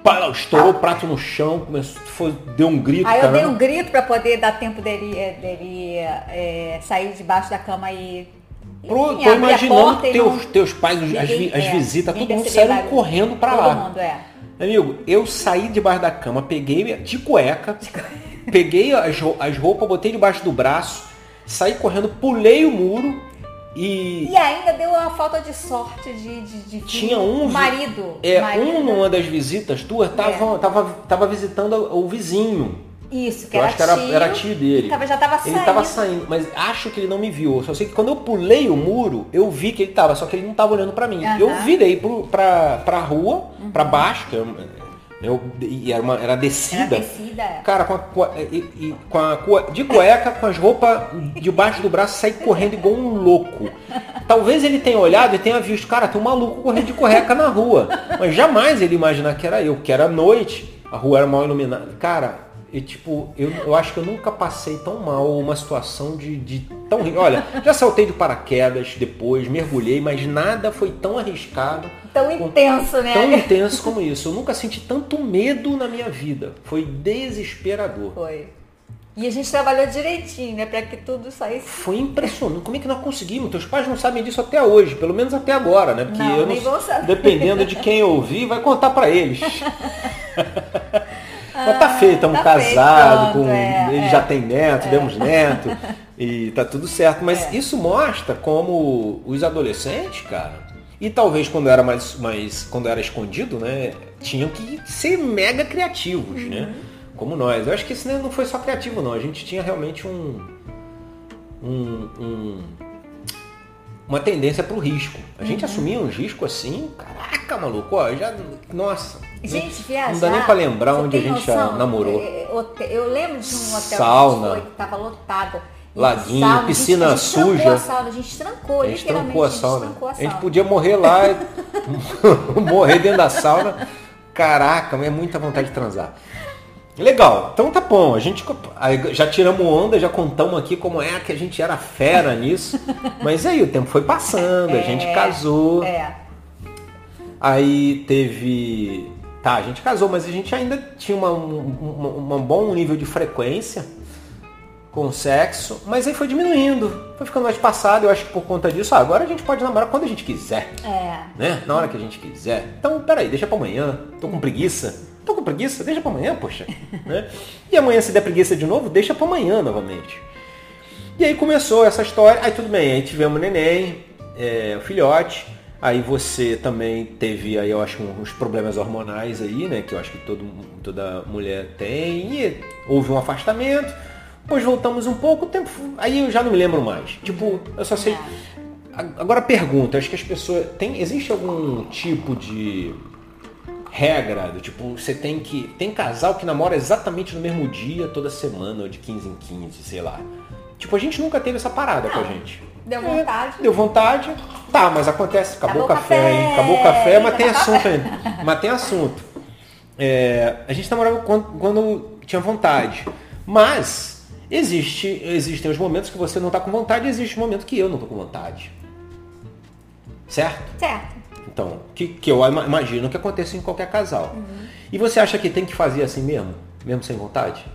pá, estourou o prato no chão, começou, foi, deu um grito. Aí eu caramba. dei um grito para poder dar tempo dele, dele é, sair debaixo da cama e... Pro, tô imaginando que teus, não... teus pais, ninguém, as, vi, as é, visitas, todo mundo saiu correndo pra todo lá. Mundo, é. Amigo, eu saí debaixo da cama, peguei de cueca, peguei as, as roupas, botei debaixo do braço, saí correndo, pulei o muro e... E ainda deu uma falta de sorte de... de, de Tinha um... marido. É, marido um numa das visitas tuas tava, é. tava, tava visitando o vizinho. Isso, que eu era acho que era, tio, era tio dele. Tava, já tava saindo. Ele tava saindo, mas acho que ele não me viu. Eu só sei que quando eu pulei o muro, eu vi que ele tava, só que ele não tava olhando pra mim. Uhum. Eu virei pro, pra, pra rua, uhum. pra baixo, que eu, eu, era, uma, era descida. Era descida. Cara, com a, com a, e, com a, de cueca, com as roupas debaixo do braço, saí correndo igual um louco. Talvez ele tenha olhado e tenha visto, cara, tem um maluco correndo de cueca na rua. Mas jamais ele imaginar que era eu, que era noite, a rua era mal iluminada. Cara... E tipo, eu, eu acho que eu nunca passei tão mal uma situação de, de tão... Olha, já saltei de paraquedas depois, mergulhei, mas nada foi tão arriscado. Tão intenso, né? Tão intenso como isso. Eu nunca senti tanto medo na minha vida. Foi desesperador. Foi. E a gente trabalhou direitinho, né? Pra que tudo saísse. Foi impressionante. Como é que nós conseguimos? Teus pais não sabem disso até hoje. Pelo menos até agora, né? Porque não, eu nem não... vou saber. Dependendo de quem ouvir, vai contar pra eles. Mas tá feito, estamos tá casados, com, é, ele é, já tem neto, é. demos neto, e tá tudo certo. Mas é. isso mostra como os adolescentes, cara, e talvez quando era mais, mais quando era escondido, né, tinham que ser mega criativos, uhum. né? Como nós. Eu acho que isso não foi só criativo, não. A gente tinha realmente um, um, um uma tendência pro risco. A gente uhum. assumia um risco assim, caraca, maluco, ó, já, nossa. Gente, viajar, não dá nem pra lembrar onde a gente noção? já namorou. Eu, eu lembro de um hotel sauna, que, foi, que tava lotado. Laguinho, sauna, piscina a gente, a gente suja. Trancou a, sauna, a gente trancou, a gente literalmente. Trancou a, sauna. A gente trancou a sauna. A gente podia morrer lá, morrer dentro da sauna. Caraca, é muita vontade de transar. Legal, então tá bom. A gente já tiramos onda, já contamos aqui como é que a gente era fera nisso. Mas aí o tempo foi passando, é, a gente casou. É. Aí teve... Tá, a gente casou, mas a gente ainda tinha uma, uma, um bom nível de frequência com o sexo, mas aí foi diminuindo, foi ficando mais passado, eu acho que por conta disso, ah, agora a gente pode namorar quando a gente quiser, é. né? Na hora que a gente quiser. Então, peraí, deixa pra amanhã, tô com preguiça, tô com preguiça, deixa pra amanhã, poxa. né? E amanhã se der preguiça de novo, deixa pra amanhã novamente. E aí começou essa história, aí tudo bem, aí tivemos o neném, é, o filhote. Aí você também teve, aí eu acho, uns problemas hormonais aí, né? Que eu acho que todo, toda mulher tem. E houve um afastamento. Depois voltamos um pouco, o tempo, aí eu já não me lembro mais. Tipo, eu só sei... Agora pergunta, acho que as pessoas... Tem, existe algum tipo de regra? Do tipo, você tem que... Tem casal que namora exatamente no mesmo dia, toda semana, ou de quinze em quinze, sei lá. Tipo, a gente nunca teve essa parada não. com a gente. Deu vontade. É, deu vontade. Tá, mas acontece. Acabou, acabou o café, café, hein? Acabou o café, mas tem assunto ainda. Mas tem assunto. É, a gente namorava quando, quando tinha vontade. Mas existe, existem os momentos que você não tá com vontade e existe o momento que eu não tô com vontade. Certo? Certo. Então, que, que eu imagino que aconteça em qualquer casal. Uhum. E você acha que tem que fazer assim mesmo? Mesmo sem vontade?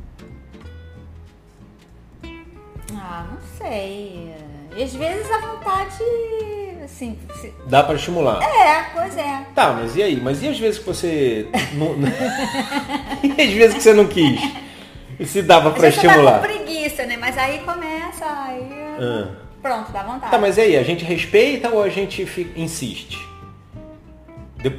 Ah, não sei. E às vezes a vontade, assim... Se... Dá pra estimular. É, pois é. Tá, mas e aí? Mas e às vezes que você... não... e às vezes que você não quis? E se dava pra estimular? Você tá com preguiça, né? Mas aí começa, aí... Ah. Pronto, dá vontade. Tá, mas e aí? A gente respeita ou a gente fica... insiste? De...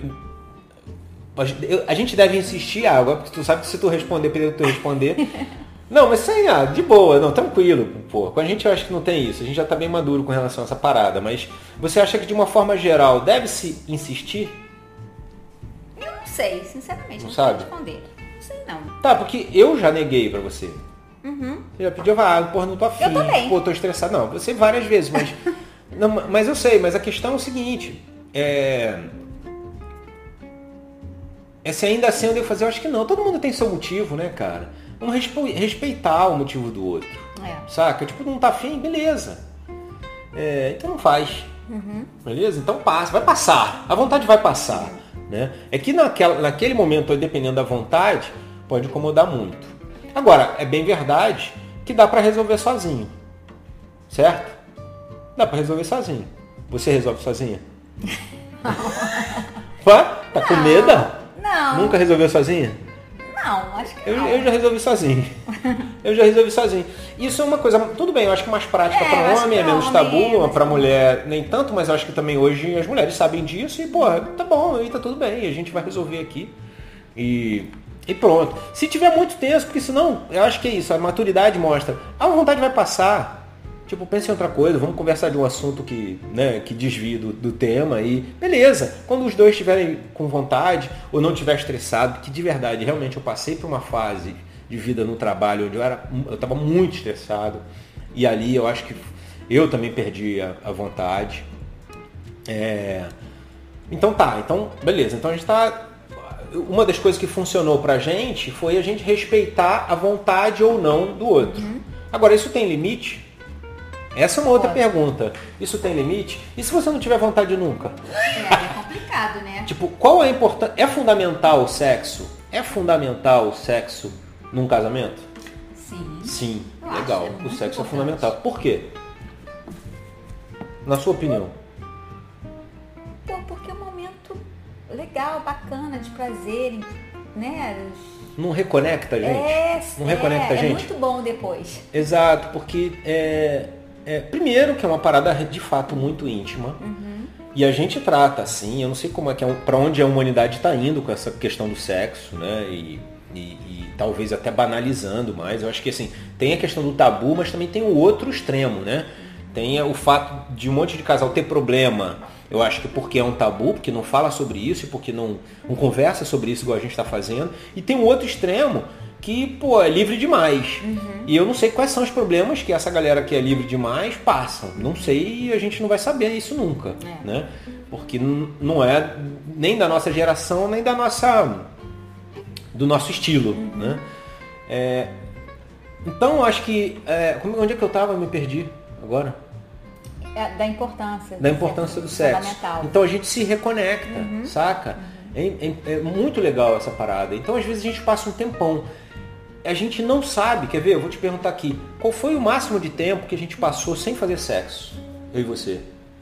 A gente deve insistir, ah, agora porque tu sabe que se tu responder, pedir tu responder... Não, mas sem ah, de boa, não, tranquilo, pô. Com a gente eu acho que não tem isso, a gente já tá bem maduro com relação a essa parada, mas você acha que de uma forma geral deve-se insistir? Eu não sei, sinceramente, não, não sabe? sei responder. Não sei não. Tá, porque eu já neguei pra você. Uhum. Você já pediu, ah, porra, não tô afim. Eu também. Pô, tô estressado. Não, você várias vezes, mas... não, mas eu sei, mas a questão é o seguinte, é... é se ainda assim eu devo fazer, eu acho que não. Todo mundo tem seu motivo, né, cara? Vamos respeitar o motivo do outro. É. Saca? Tipo, não tá afim, beleza. É, então não faz. Uhum. Beleza? Então passa, vai passar. A vontade vai passar. né? É que naquela, naquele momento, dependendo da vontade, pode incomodar muito. Agora, é bem verdade que dá para resolver sozinho, certo? Dá para resolver sozinho. Você resolve sozinha? Ué? Tá com medo? Não. Nunca resolveu sozinha? Não, acho que eu, não. Eu já resolvi sozinho. Eu já resolvi sozinho. Isso é uma coisa, tudo bem, eu acho que mais prática é, para homem, é menos tabu, para que... mulher nem tanto, mas eu acho que também hoje as mulheres sabem disso e, pô, tá bom, aí tá tudo bem, a gente vai resolver aqui. E, e pronto. Se tiver muito tenso, porque senão, eu acho que é isso, a maturidade mostra, a vontade vai passar. Tipo, pense em outra coisa, vamos conversar de um assunto que, né, que desvie do, do tema e beleza. Quando os dois estiverem com vontade ou não estiver estressado, que de verdade, realmente eu passei por uma fase de vida no trabalho onde eu era, eu estava muito estressado e ali eu acho que eu também perdi a, a vontade. É... Então tá, então beleza. Então a gente tá. Uma das coisas que funcionou pra gente foi a gente respeitar a vontade ou não do outro. Uhum. Agora, isso tem limite? Essa é uma outra Pode. pergunta. Isso tem limite? E se você não tiver vontade nunca? É, é complicado, né? Tipo, qual é a importância? É fundamental o sexo? É fundamental o sexo num casamento? Sim. Sim, Eu legal. acho, é o sexo importante. é fundamental. Por quê? Na sua opinião? Pô, porque é um momento legal, bacana, de prazer, né? Não reconecta a gente? É, não reconecta é, a gente? É muito bom depois. Exato, porque é, é, primeiro que é uma parada de fato muito íntima. Uhum. E a gente trata assim, eu não sei como é que é, para onde a humanidade está indo com essa questão do sexo, né? E, e, e talvez até banalizando mais. Eu acho que assim, tem a questão do tabu, mas também tem o outro extremo, né? Tem o fato de um monte de casal ter problema. Eu acho que porque é um tabu, porque não fala sobre isso, porque não, não conversa sobre isso igual a gente está fazendo. E tem um outro extremo que, pô, é livre demais. Uhum. E eu não sei quais são os problemas que essa galera que é livre demais passam. Não sei e a gente não vai saber isso nunca. É. Né? Porque não é nem da nossa geração, nem da nossa, do nosso estilo. Uhum. Né? É, então, eu acho que... É, onde é que eu estava? Me perdi agora. É, da importância. Da importância do sexo. Então a gente se reconecta, uhum. saca? Uhum. É, é, é muito legal essa parada. Então às vezes a gente passa um tempão. A gente não sabe, quer ver? Eu vou te perguntar aqui. Qual foi o máximo de tempo que a gente passou sem fazer sexo? Eu e você?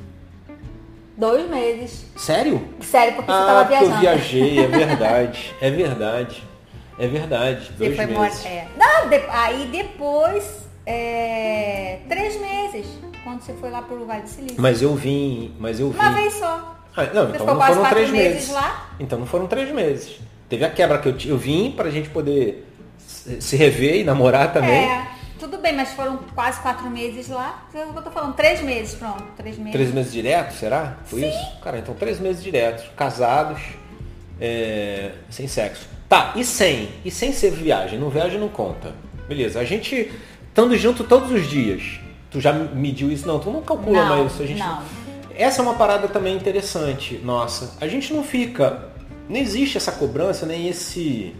Dois meses. Sério? Sério, porque ah, você estava viajando. Ah, eu viajei, é verdade. É verdade. É verdade. Dois você foi meses. É. Não, de, aí depois, é, três meses. Quando você foi lá pro Vale do Silício. Mas eu vim, mas eu vim. Uma vez só. Ah, não, você então não foram três meses. meses lá? Então não foram três meses. Teve a quebra que eu, eu vim pra gente poder se rever e namorar também. É, tudo bem, mas foram quase quatro meses lá. Eu tô falando três meses, pronto, três meses. Três meses direto, será? Foi Sim. isso? Cara, então três meses diretos, casados, é, sem sexo. Tá, e sem? E sem ser viagem? Não viagem não conta. Beleza, a gente estando junto todos os dias. Tu já mediu isso? Não, tu não calcula não, mais isso. A gente não. Essa é uma parada também interessante, nossa. A gente não fica... Não existe essa cobrança, nem esse...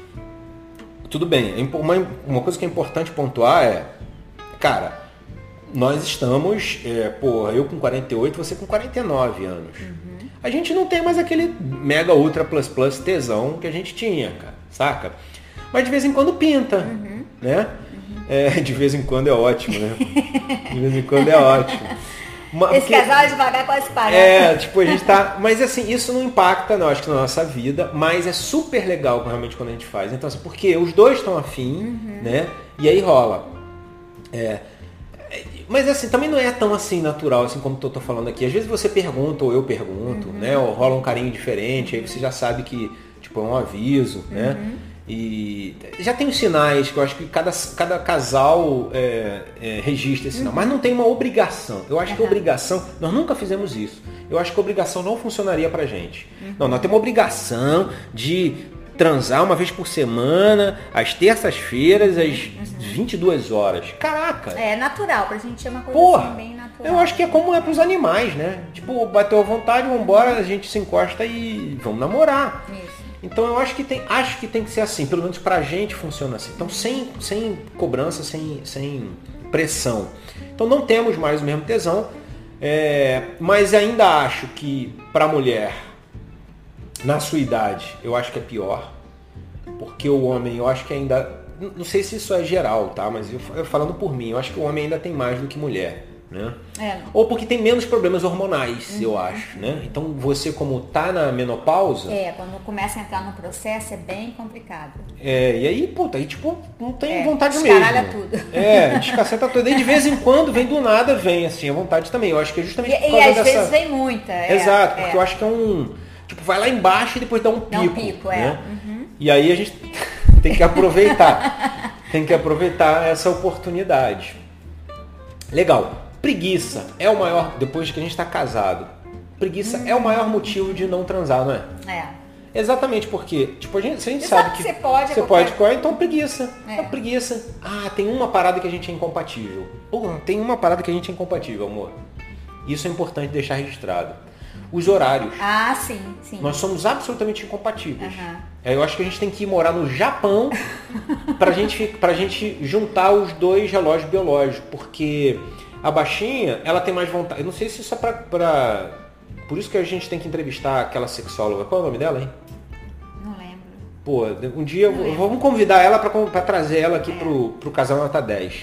Tudo bem, uma, uma coisa que é importante pontuar é... Cara, nós estamos... É, porra, eu com quarenta e oito, você com quarenta e nove anos. Uhum. A gente não tem mais aquele mega ultra plus plus tesão que a gente tinha, cara. Saca? Mas de vez em quando pinta, uhum. né? É, de vez em quando é ótimo, né? De vez em quando é ótimo. Mas, Esse porque, casal é devagar quase para. É, tipo, a gente tá... Mas assim, isso não impacta, não, acho que na nossa vida, mas é super legal realmente quando a gente faz. Então, assim, porque os dois estão afim, uhum. né? E aí rola. É, mas assim, também não é tão assim natural, assim como eu tô falando aqui. Às vezes você pergunta, ou eu pergunto, uhum. né? Ou rola um carinho diferente, aí você já sabe que, tipo, é um aviso, uhum. né? E já tem os sinais que eu acho que cada, cada casal é, é, registra esse sinal, uhum. mas não tem uma obrigação. Eu acho uhum. que a obrigação, nós nunca fizemos isso. Eu acho que a obrigação não funcionaria pra gente. Uhum. Não, nós temos uma obrigação de transar uma vez por semana, às terças-feiras, às uhum. vinte e duas horas. Caraca! É natural, pra gente é uma coisa Porra, assim, bem natural. Eu acho que é como é pros animais, né? Tipo, bateu à vontade, vamos embora, a gente se encosta e vamos namorar. Isso. Então eu acho que tem, acho que tem que ser assim, pelo menos pra gente funciona assim. Então sem, sem cobrança, sem, sem pressão. Então não temos mais o mesmo tesão, é, mas ainda acho que pra mulher na sua idade, eu acho que é pior. Porque o homem, eu acho que ainda... Não sei se isso é geral, tá? Mas eu, eu falando por mim, eu acho que o homem ainda tem mais do que mulher. Né? É. Ou porque tem menos problemas hormonais, uhum. eu acho, né? Então você, como tá na menopausa... É, quando começa a entrar no processo é bem complicado. É, e aí, puta, aí tipo, não tem é, vontade mesmo. Descaralha tudo. É, descaceta tudo. E de vez em quando, vem do nada, vem assim, a vontade também. Eu acho que é justamente e, por causa e às dessa... vezes vem muita. É, Exato, porque é. eu acho que é um... Tipo, vai lá embaixo e depois dá um pico. Dá um pico, né? é. Uhum. E aí a gente tem que aproveitar. tem que aproveitar essa oportunidade. Legal. Preguiça é o maior, depois que a gente está casado, preguiça hum. é o maior motivo de não transar, não é? É. Exatamente porque, tipo, a gente, se a gente você sabe, sabe que você pode, você qualquer... pode, então preguiça. É. é preguiça. Ah, tem uma parada que a gente é incompatível. Pô, tem uma parada que a gente é incompatível, amor. Isso é importante deixar registrado. Os horários. Ah, sim, sim. Nós somos absolutamente incompatíveis. Uhum. Eu acho que a gente tem que ir morar no Japão pra gente, pra gente juntar os dois relógios biológicos, porque a baixinha, ela tem mais vontade. Eu não sei se isso é pra, pra... Por isso que a gente tem que entrevistar aquela sexóloga. Qual é o nome dela, hein? Não lembro. Pô, um dia não vamos lembro. convidar ela pra, pra trazer ela aqui é. pro, pro Casal Nota dez.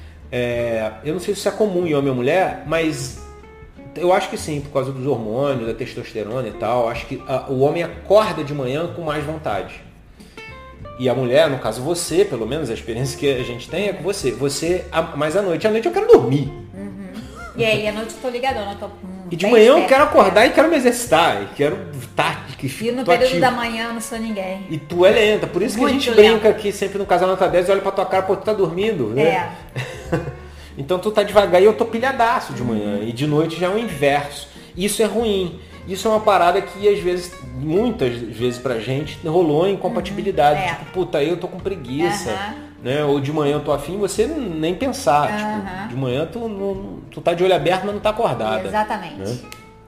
É, eu não sei se isso é comum em homem ou mulher, mas eu acho que sim, por causa dos hormônios, da testosterona e tal. Acho que a, o homem acorda de manhã com mais vontade. E a mulher, no caso você, pelo menos a experiência que a gente tem é com você. Você, mas à noite, à noite eu quero dormir. Uhum. E aí, à noite eu tô ligadona, eu tô E de manhã eu quero acordar é. e quero me exercitar. E quero estar... E no período ativo. da manhã eu não sou ninguém. E tu é lenta. Por isso Muito que a gente lenta. brinca aqui sempre no Casal Nota dez e olha pra tua cara, pô, tu tá dormindo, né? É. Então tu tá devagar e eu tô pilhadaço de manhã. Uhum. E de noite já é o inverso. Isso é ruim. Isso é uma parada que às vezes, muitas vezes pra gente, rolou incompatibilidade. Uhum. É. Tipo, puta, eu tô com preguiça. Uhum. Né? Ou de manhã eu tô afim, você nem pensar. Uhum. Tipo, de manhã tu, não, tu tá de olho aberto, mas não tá acordada. Exatamente. Né?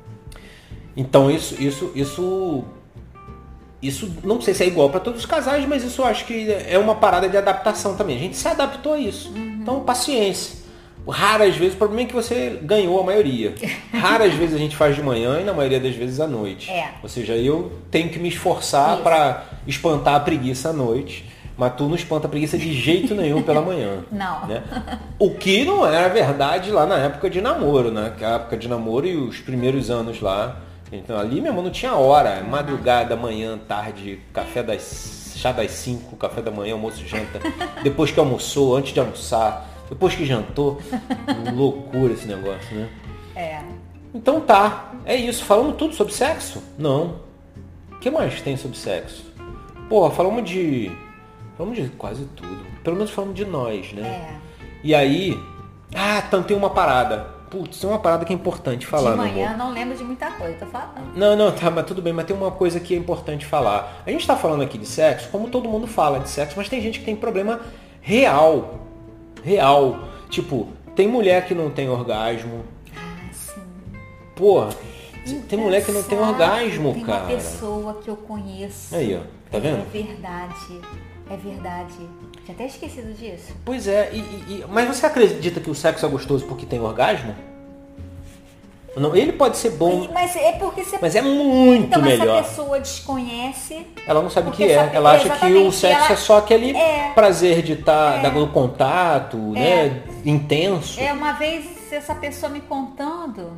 Então isso, isso, isso, isso não sei se é igual para todos os casais, mas isso eu acho que é uma parada de adaptação também. A gente se adaptou a isso. Uhum. Então, paciência. Raras vezes, o problema é que você ganhou a maioria. Raras vezes a gente faz de manhã e na maioria das vezes à noite. É. Ou seja, eu tenho que me esforçar para espantar a preguiça à noite. Mas tu não espanta a preguiça de jeito nenhum pela manhã. Não. Né? O que não era verdade lá na época de namoro, né? Que a época de namoro e os primeiros anos lá. Então ali mesmo não tinha hora. Madrugada, manhã, tarde, café das chá das cinco, café da manhã, almoço, janta. Depois que almoçou, antes de almoçar, depois que jantou. Loucura esse negócio, né? É. Então tá. É isso. Falamos tudo sobre sexo? Não. O que mais tem sobre sexo? Porra, falamos de... Falamos de quase tudo. Pelo menos falamos de nós, né? É. E aí... Ah, então tem uma parada. Putz, tem uma parada que é importante falar. De manhã não lembro de muita coisa, tô falando. Não, não, tá, mas tudo bem. Mas tem uma coisa que é importante falar. A gente tá falando aqui de sexo, como todo mundo fala de sexo, mas tem gente que tem problema real. Real. Tipo, tem mulher que não tem orgasmo. Ah, sim. Porra, tem mulher que não tem orgasmo, tem cara. Tem uma pessoa que eu conheço. Aí, ó. Tá vendo? É verdade. É verdade. Tinha até esquecido disso. Pois é. E, e, mas você acredita que o sexo é gostoso porque tem orgasmo? Não, ele pode ser bom. Mas é porque você... Mas é muito então, melhor. Então, essa pessoa desconhece... Ela não sabe o que é. Sabe, ela acha que o sexo ela... é só aquele é, prazer de estar... Tá, é, do contato, é, né? Intenso. É, uma vez essa pessoa me contando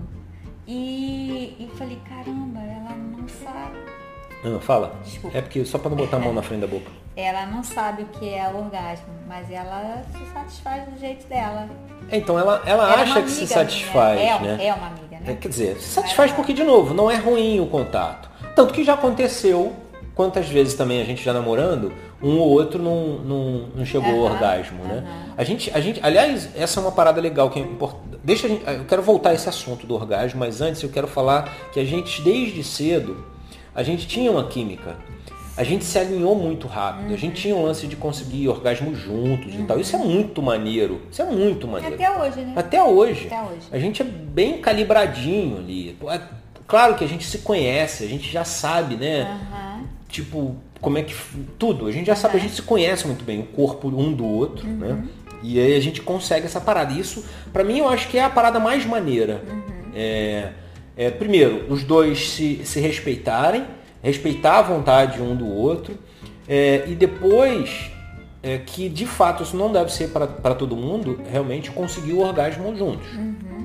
e, e falei, caramba, ela não sabe. Não, fala. Desculpa. É porque só para não botar a mão na frente da boca. Ela não sabe o que é orgasmo, mas ela se satisfaz do jeito dela. Então ela, ela é acha que se satisfaz, minha. É, né? É uma amiga, né? É, quer dizer, se satisfaz porque, de novo, não é ruim o contato. Tanto que já aconteceu, quantas vezes também a gente já namorando, um ou outro não, não, não chegou uhum, ao orgasmo, né? Uhum. A gente, a gente, aliás, essa é uma parada legal que é importante. Deixa a gente, eu quero voltar a esse assunto do orgasmo, mas antes eu quero falar que a gente, desde cedo, a gente tinha uma química. A gente se alinhou muito rápido. Uhum. A gente tinha um lance de conseguir orgasmo juntos uhum. e tal. Isso é muito maneiro. Isso é muito maneiro. Até hoje, né? Até hoje. Até hoje. A gente é bem calibradinho ali. Claro que a gente se conhece, a gente já sabe, né? Uhum. Tipo, como é que... Tudo. A gente já uhum. sabe, a gente se conhece muito bem. O corpo um do outro, uhum. né? E aí a gente consegue essa parada. Isso, pra mim, eu acho que é a parada mais maneira. Uhum. É... É, primeiro, os dois se, se respeitarem, respeitar a vontade um do outro, é, e depois é, que de fato isso não deve ser para todo mundo, realmente conseguir o orgasmo juntos. Uhum.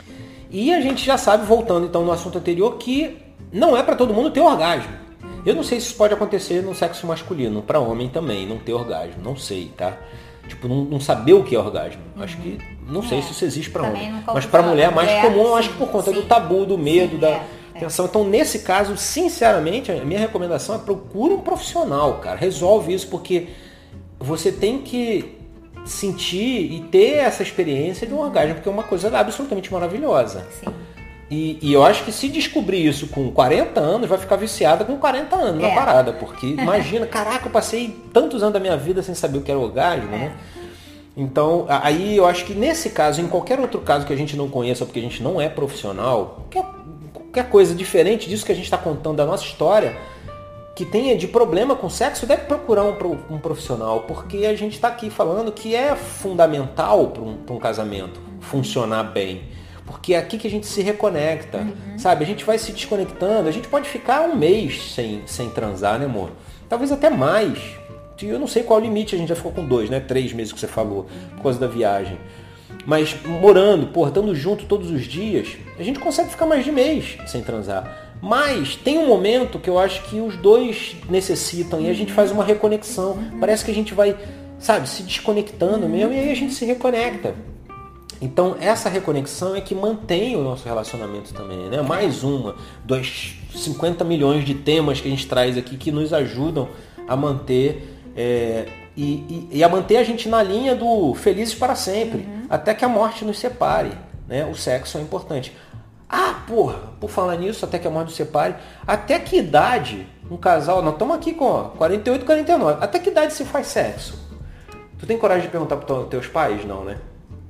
E a gente já sabe, voltando então no assunto anterior, que não é para todo mundo ter orgasmo. Eu não sei se isso pode acontecer no sexo masculino, para homem também, não ter orgasmo, não sei, tá? Tipo, não, não saber o que é orgasmo. Uhum. Acho que, não sei é. se isso existe para homem. Mas para mulher é mais mulher, comum, eu acho que por conta sim. do tabu, do medo, sim, da é, tensão. É. Então, nesse caso, sinceramente, a minha recomendação é procura um profissional, cara. Resolve isso, porque você tem que sentir e ter essa experiência de um orgasmo, porque é uma coisa absolutamente maravilhosa. Sim. E, e eu acho que se descobrir isso com quarenta anos, vai ficar viciada com quarenta anos é. na parada. Porque imagina, caraca, eu passei tantos anos da minha vida sem saber o que era orgasmo, é. né? Então, aí eu acho que nesse caso, em qualquer outro caso que a gente não conheça, porque a gente não é profissional, qualquer, qualquer coisa diferente disso que a gente está contando da nossa história, que tenha de problema com sexo, deve procurar um, um profissional, porque a gente está aqui falando que é fundamental para um, para um casamento funcionar bem. Porque é aqui que a gente se reconecta, uhum. sabe? A gente vai se desconectando, a gente pode ficar um mês sem, sem transar, né, amor? Talvez até mais. Eu não sei qual é o limite, a gente já ficou com dois, né? Três meses que você falou, por causa da viagem. Mas morando, pô, estando junto todos os dias, a gente consegue ficar mais de mês sem transar. Mas tem um momento que eu acho que os dois necessitam e a gente faz uma reconexão. Parece que a gente vai, sabe, se desconectando mesmo e aí a gente se reconecta. Então, essa reconexão é que mantém o nosso relacionamento também, né? Mais uma dos cinquenta milhões de temas que a gente traz aqui que nos ajudam a manter é, e, e, e a manter a gente na linha do felizes para sempre, uhum. até que a morte nos separe, né? O sexo é importante. Ah, porra, por falar nisso, até que a morte nos separe, até que idade um casal, nós estamos aqui com ó, quarenta e oito, quarenta e nove, até que idade se faz sexo? Tu tem coragem de perguntar para os teus pais? Não, né?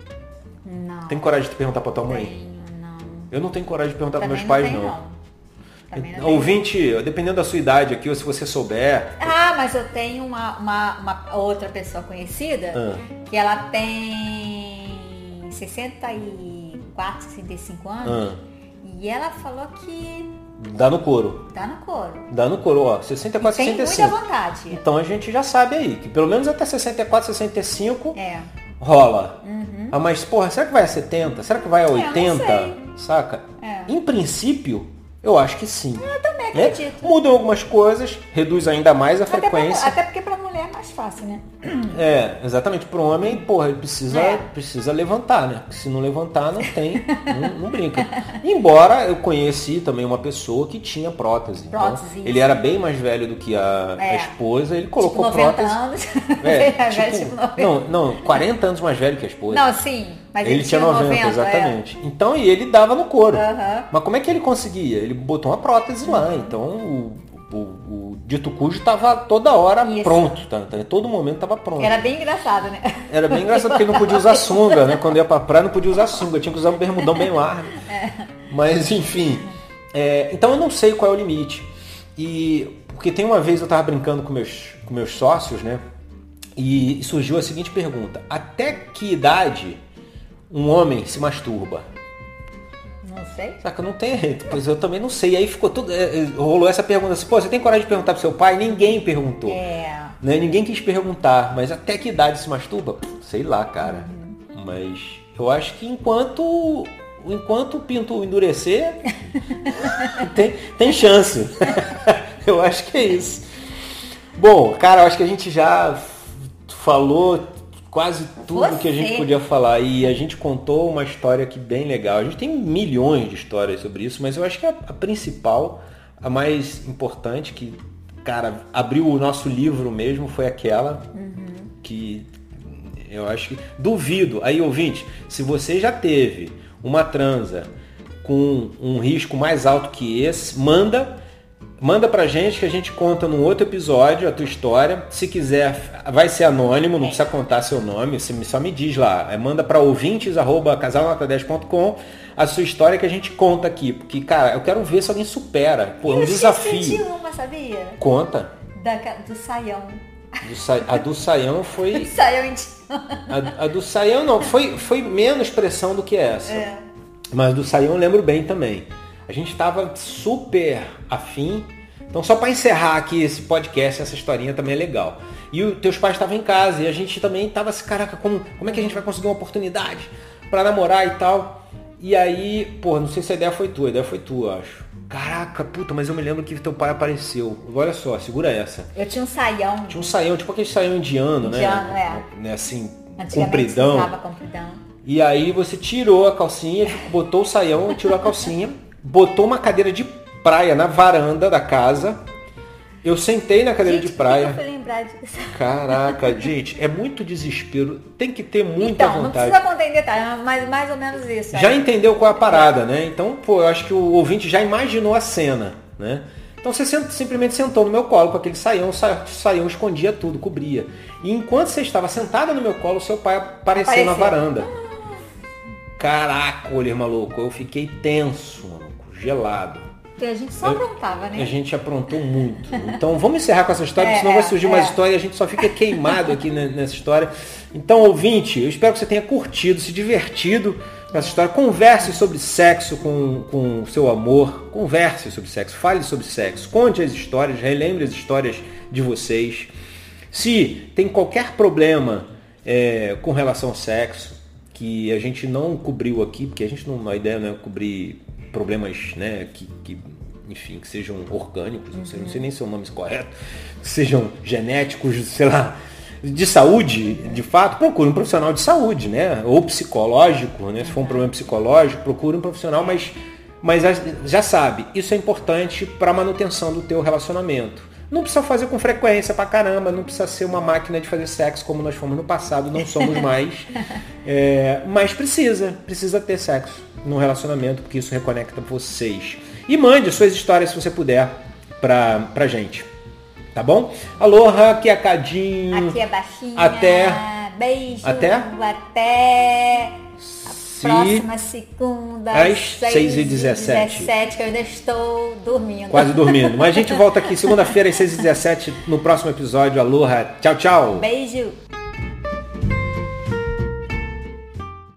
Não. Tem coragem de perguntar pra tua mãe? Tenho, não. Eu não tenho coragem de perguntar Também pros meus pais, não. não. Não. não Ouvinte, dependendo da sua idade aqui, ou se você souber... Ah, mas eu tenho uma, uma, uma outra pessoa conhecida, ah. que ela tem sessenta e quatro, sessenta e cinco anos, ah. e ela falou que... Dá no couro. Dá no couro. Dá no couro, ó. sessenta e quatro, tem sessenta e cinco. Muita vontade. Então a gente já sabe aí, que pelo menos até sessenta e quatro, sessenta e cinco... É. Rola. Uhum. Ah, mas, porra, será que vai a setenta? Será que vai a oitenta? É, não sei. Saca? É. Em princípio, eu acho que sim. Eu também acredito. É? Mudam algumas coisas, reduz ainda mais a até frequência. Pra, até porque pra mulher é mais fácil, né? É, exatamente. Pro homem, porra, ele precisa, é. precisa levantar, né? Porque se não levantar, não tem, não, não brinca. Embora eu conheci também uma pessoa que tinha prótese. Prótese. Então, ele era bem mais velho do que a, é. a esposa, ele colocou tipo noventa prótese. Anos. É, tipo, tipo, não, não, quarenta anos mais velho que a esposa. Não, sim. Mas ele, ele tinha noventa, noventa exatamente. É. Então, e ele dava no couro. Uhum. Mas como é que ele conseguia? Ele botou uma prótese lá. Então, o, o, o dito cujo estava toda hora Isso. pronto. Tá? Todo momento estava pronto. Era bem engraçado, né? Era bem engraçado porque ele não podia usar sunga, né? Quando ia pra praia, não podia usar sunga. Tinha que usar um bermudão bem largo. É. Mas, enfim. É, então, eu não sei qual é o limite. E porque tem uma vez eu estava brincando com meus, com meus sócios, né? E surgiu a seguinte pergunta. Até que idade um homem se masturba? Não sei. Saca, não tem. Pois eu também não sei. E aí ficou tudo. Rolou essa pergunta assim, pô, você tem coragem de perguntar pro seu pai? Ninguém perguntou. É. Né? Ninguém quis perguntar. Mas até que idade se masturba? Sei lá, cara. Uhum. Mas eu acho que enquanto. Enquanto o pinto endurecer, tem, tem chance. Eu acho que é isso. Bom, cara, eu acho que a gente já falou quase tudo Você. que a gente podia falar. E a gente contou uma história aqui bem legal. A gente tem milhões de histórias sobre isso, mas eu acho que a, a principal, a mais importante, que, cara, abriu o nosso livro mesmo, foi aquela uhum. que eu acho que... Duvido. Aí, ouvinte, se você já teve uma transa com um risco mais alto que esse, manda... Manda pra gente que a gente conta num outro episódio a tua história. Se quiser, vai ser anônimo, não precisa contar seu nome, você só me diz lá. Manda pra ouvintes arroba casal nota dez ponto com a sua história que a gente conta aqui. Porque, cara, eu quero ver se alguém supera. Pô, é um eu desafio. Eu uma, sabia? Conta. Da, do saião. Do sa... A do saião foi... Do saião indiano. A, a do saião não, foi, foi menos pressão do que essa. É. Mas do saião eu lembro bem também. A gente estava super afim, Então, só para encerrar aqui esse podcast, essa historinha também é legal. E os teus pais estavam em casa e a gente também tava assim, caraca, como, como é que a gente vai conseguir uma oportunidade para namorar e tal? E aí, pô, não sei se a ideia foi tua, a ideia foi tua, acho. Caraca, puta, mas eu me lembro que teu pai apareceu. Olha só, segura essa. Eu tinha um saião. Tinha um saião, tipo aquele saião indiano, né? Indiano, é. Né, assim, antigamente compridão. usava compridão. E aí você tirou a calcinha, botou o saião, tirou a calcinha, botou uma cadeira de praia na varanda da casa. Eu sentei na cadeira gente, de praia. Por que eu fui lembrar disso? Caraca, gente, é muito desespero. Tem que ter muita então, vontade. Não precisa contar em detalhe, mas mais ou menos isso. Já aí. entendeu qual é a parada, né? Então, pô, eu acho que o ouvinte já imaginou a cena, né? Então você sent, simplesmente sentou no meu colo com aquele saião, o saião escondia tudo, cobria. E enquanto você estava sentada no meu colo, seu pai apareceu, apareceu. na varanda. Caraca, olha, maluco, eu fiquei tenso, maluco, gelado. Porque a gente só aprontava, né? A gente aprontou muito. Então vamos encerrar com essa história, é, senão é, vai surgir é. mais história e a gente só fica queimado aqui nessa história. Então, ouvinte, eu espero que você tenha curtido, se divertido com essa história. Converse sobre sexo com, com o seu amor. Converse sobre sexo, fale sobre sexo. Conte as histórias, relembre as histórias de vocês. Se tem qualquer problema é, com relação ao sexo, que a gente não cobriu aqui, porque a gente não, a ideia não é cobrir problemas, né, que, que, enfim, que sejam orgânicos, não sei, não sei nem se é o nome correto, que sejam genéticos, sei lá, de saúde, de fato, procure um profissional de saúde, né, ou psicológico, né, se for um problema psicológico, procure um profissional, mas, mas já sabe, isso é importante para a manutenção do teu relacionamento. Não precisa fazer com frequência pra caramba, não precisa ser uma máquina de fazer sexo como nós fomos no passado, não somos mais. É, mas precisa, precisa ter sexo no relacionamento, porque isso reconecta vocês. E mande suas histórias, se você puder, pra, pra gente. Tá bom? Aloha, aqui é Cadinho. Aqui é Baixinha. Até. Beijo. Até. Até. Próxima segunda, às seis e dezessete, que eu ainda estou dormindo. Quase dormindo. Mas a gente volta aqui segunda-feira às seis e dezessete no próximo episódio. Aloha. Tchau, tchau. Beijo.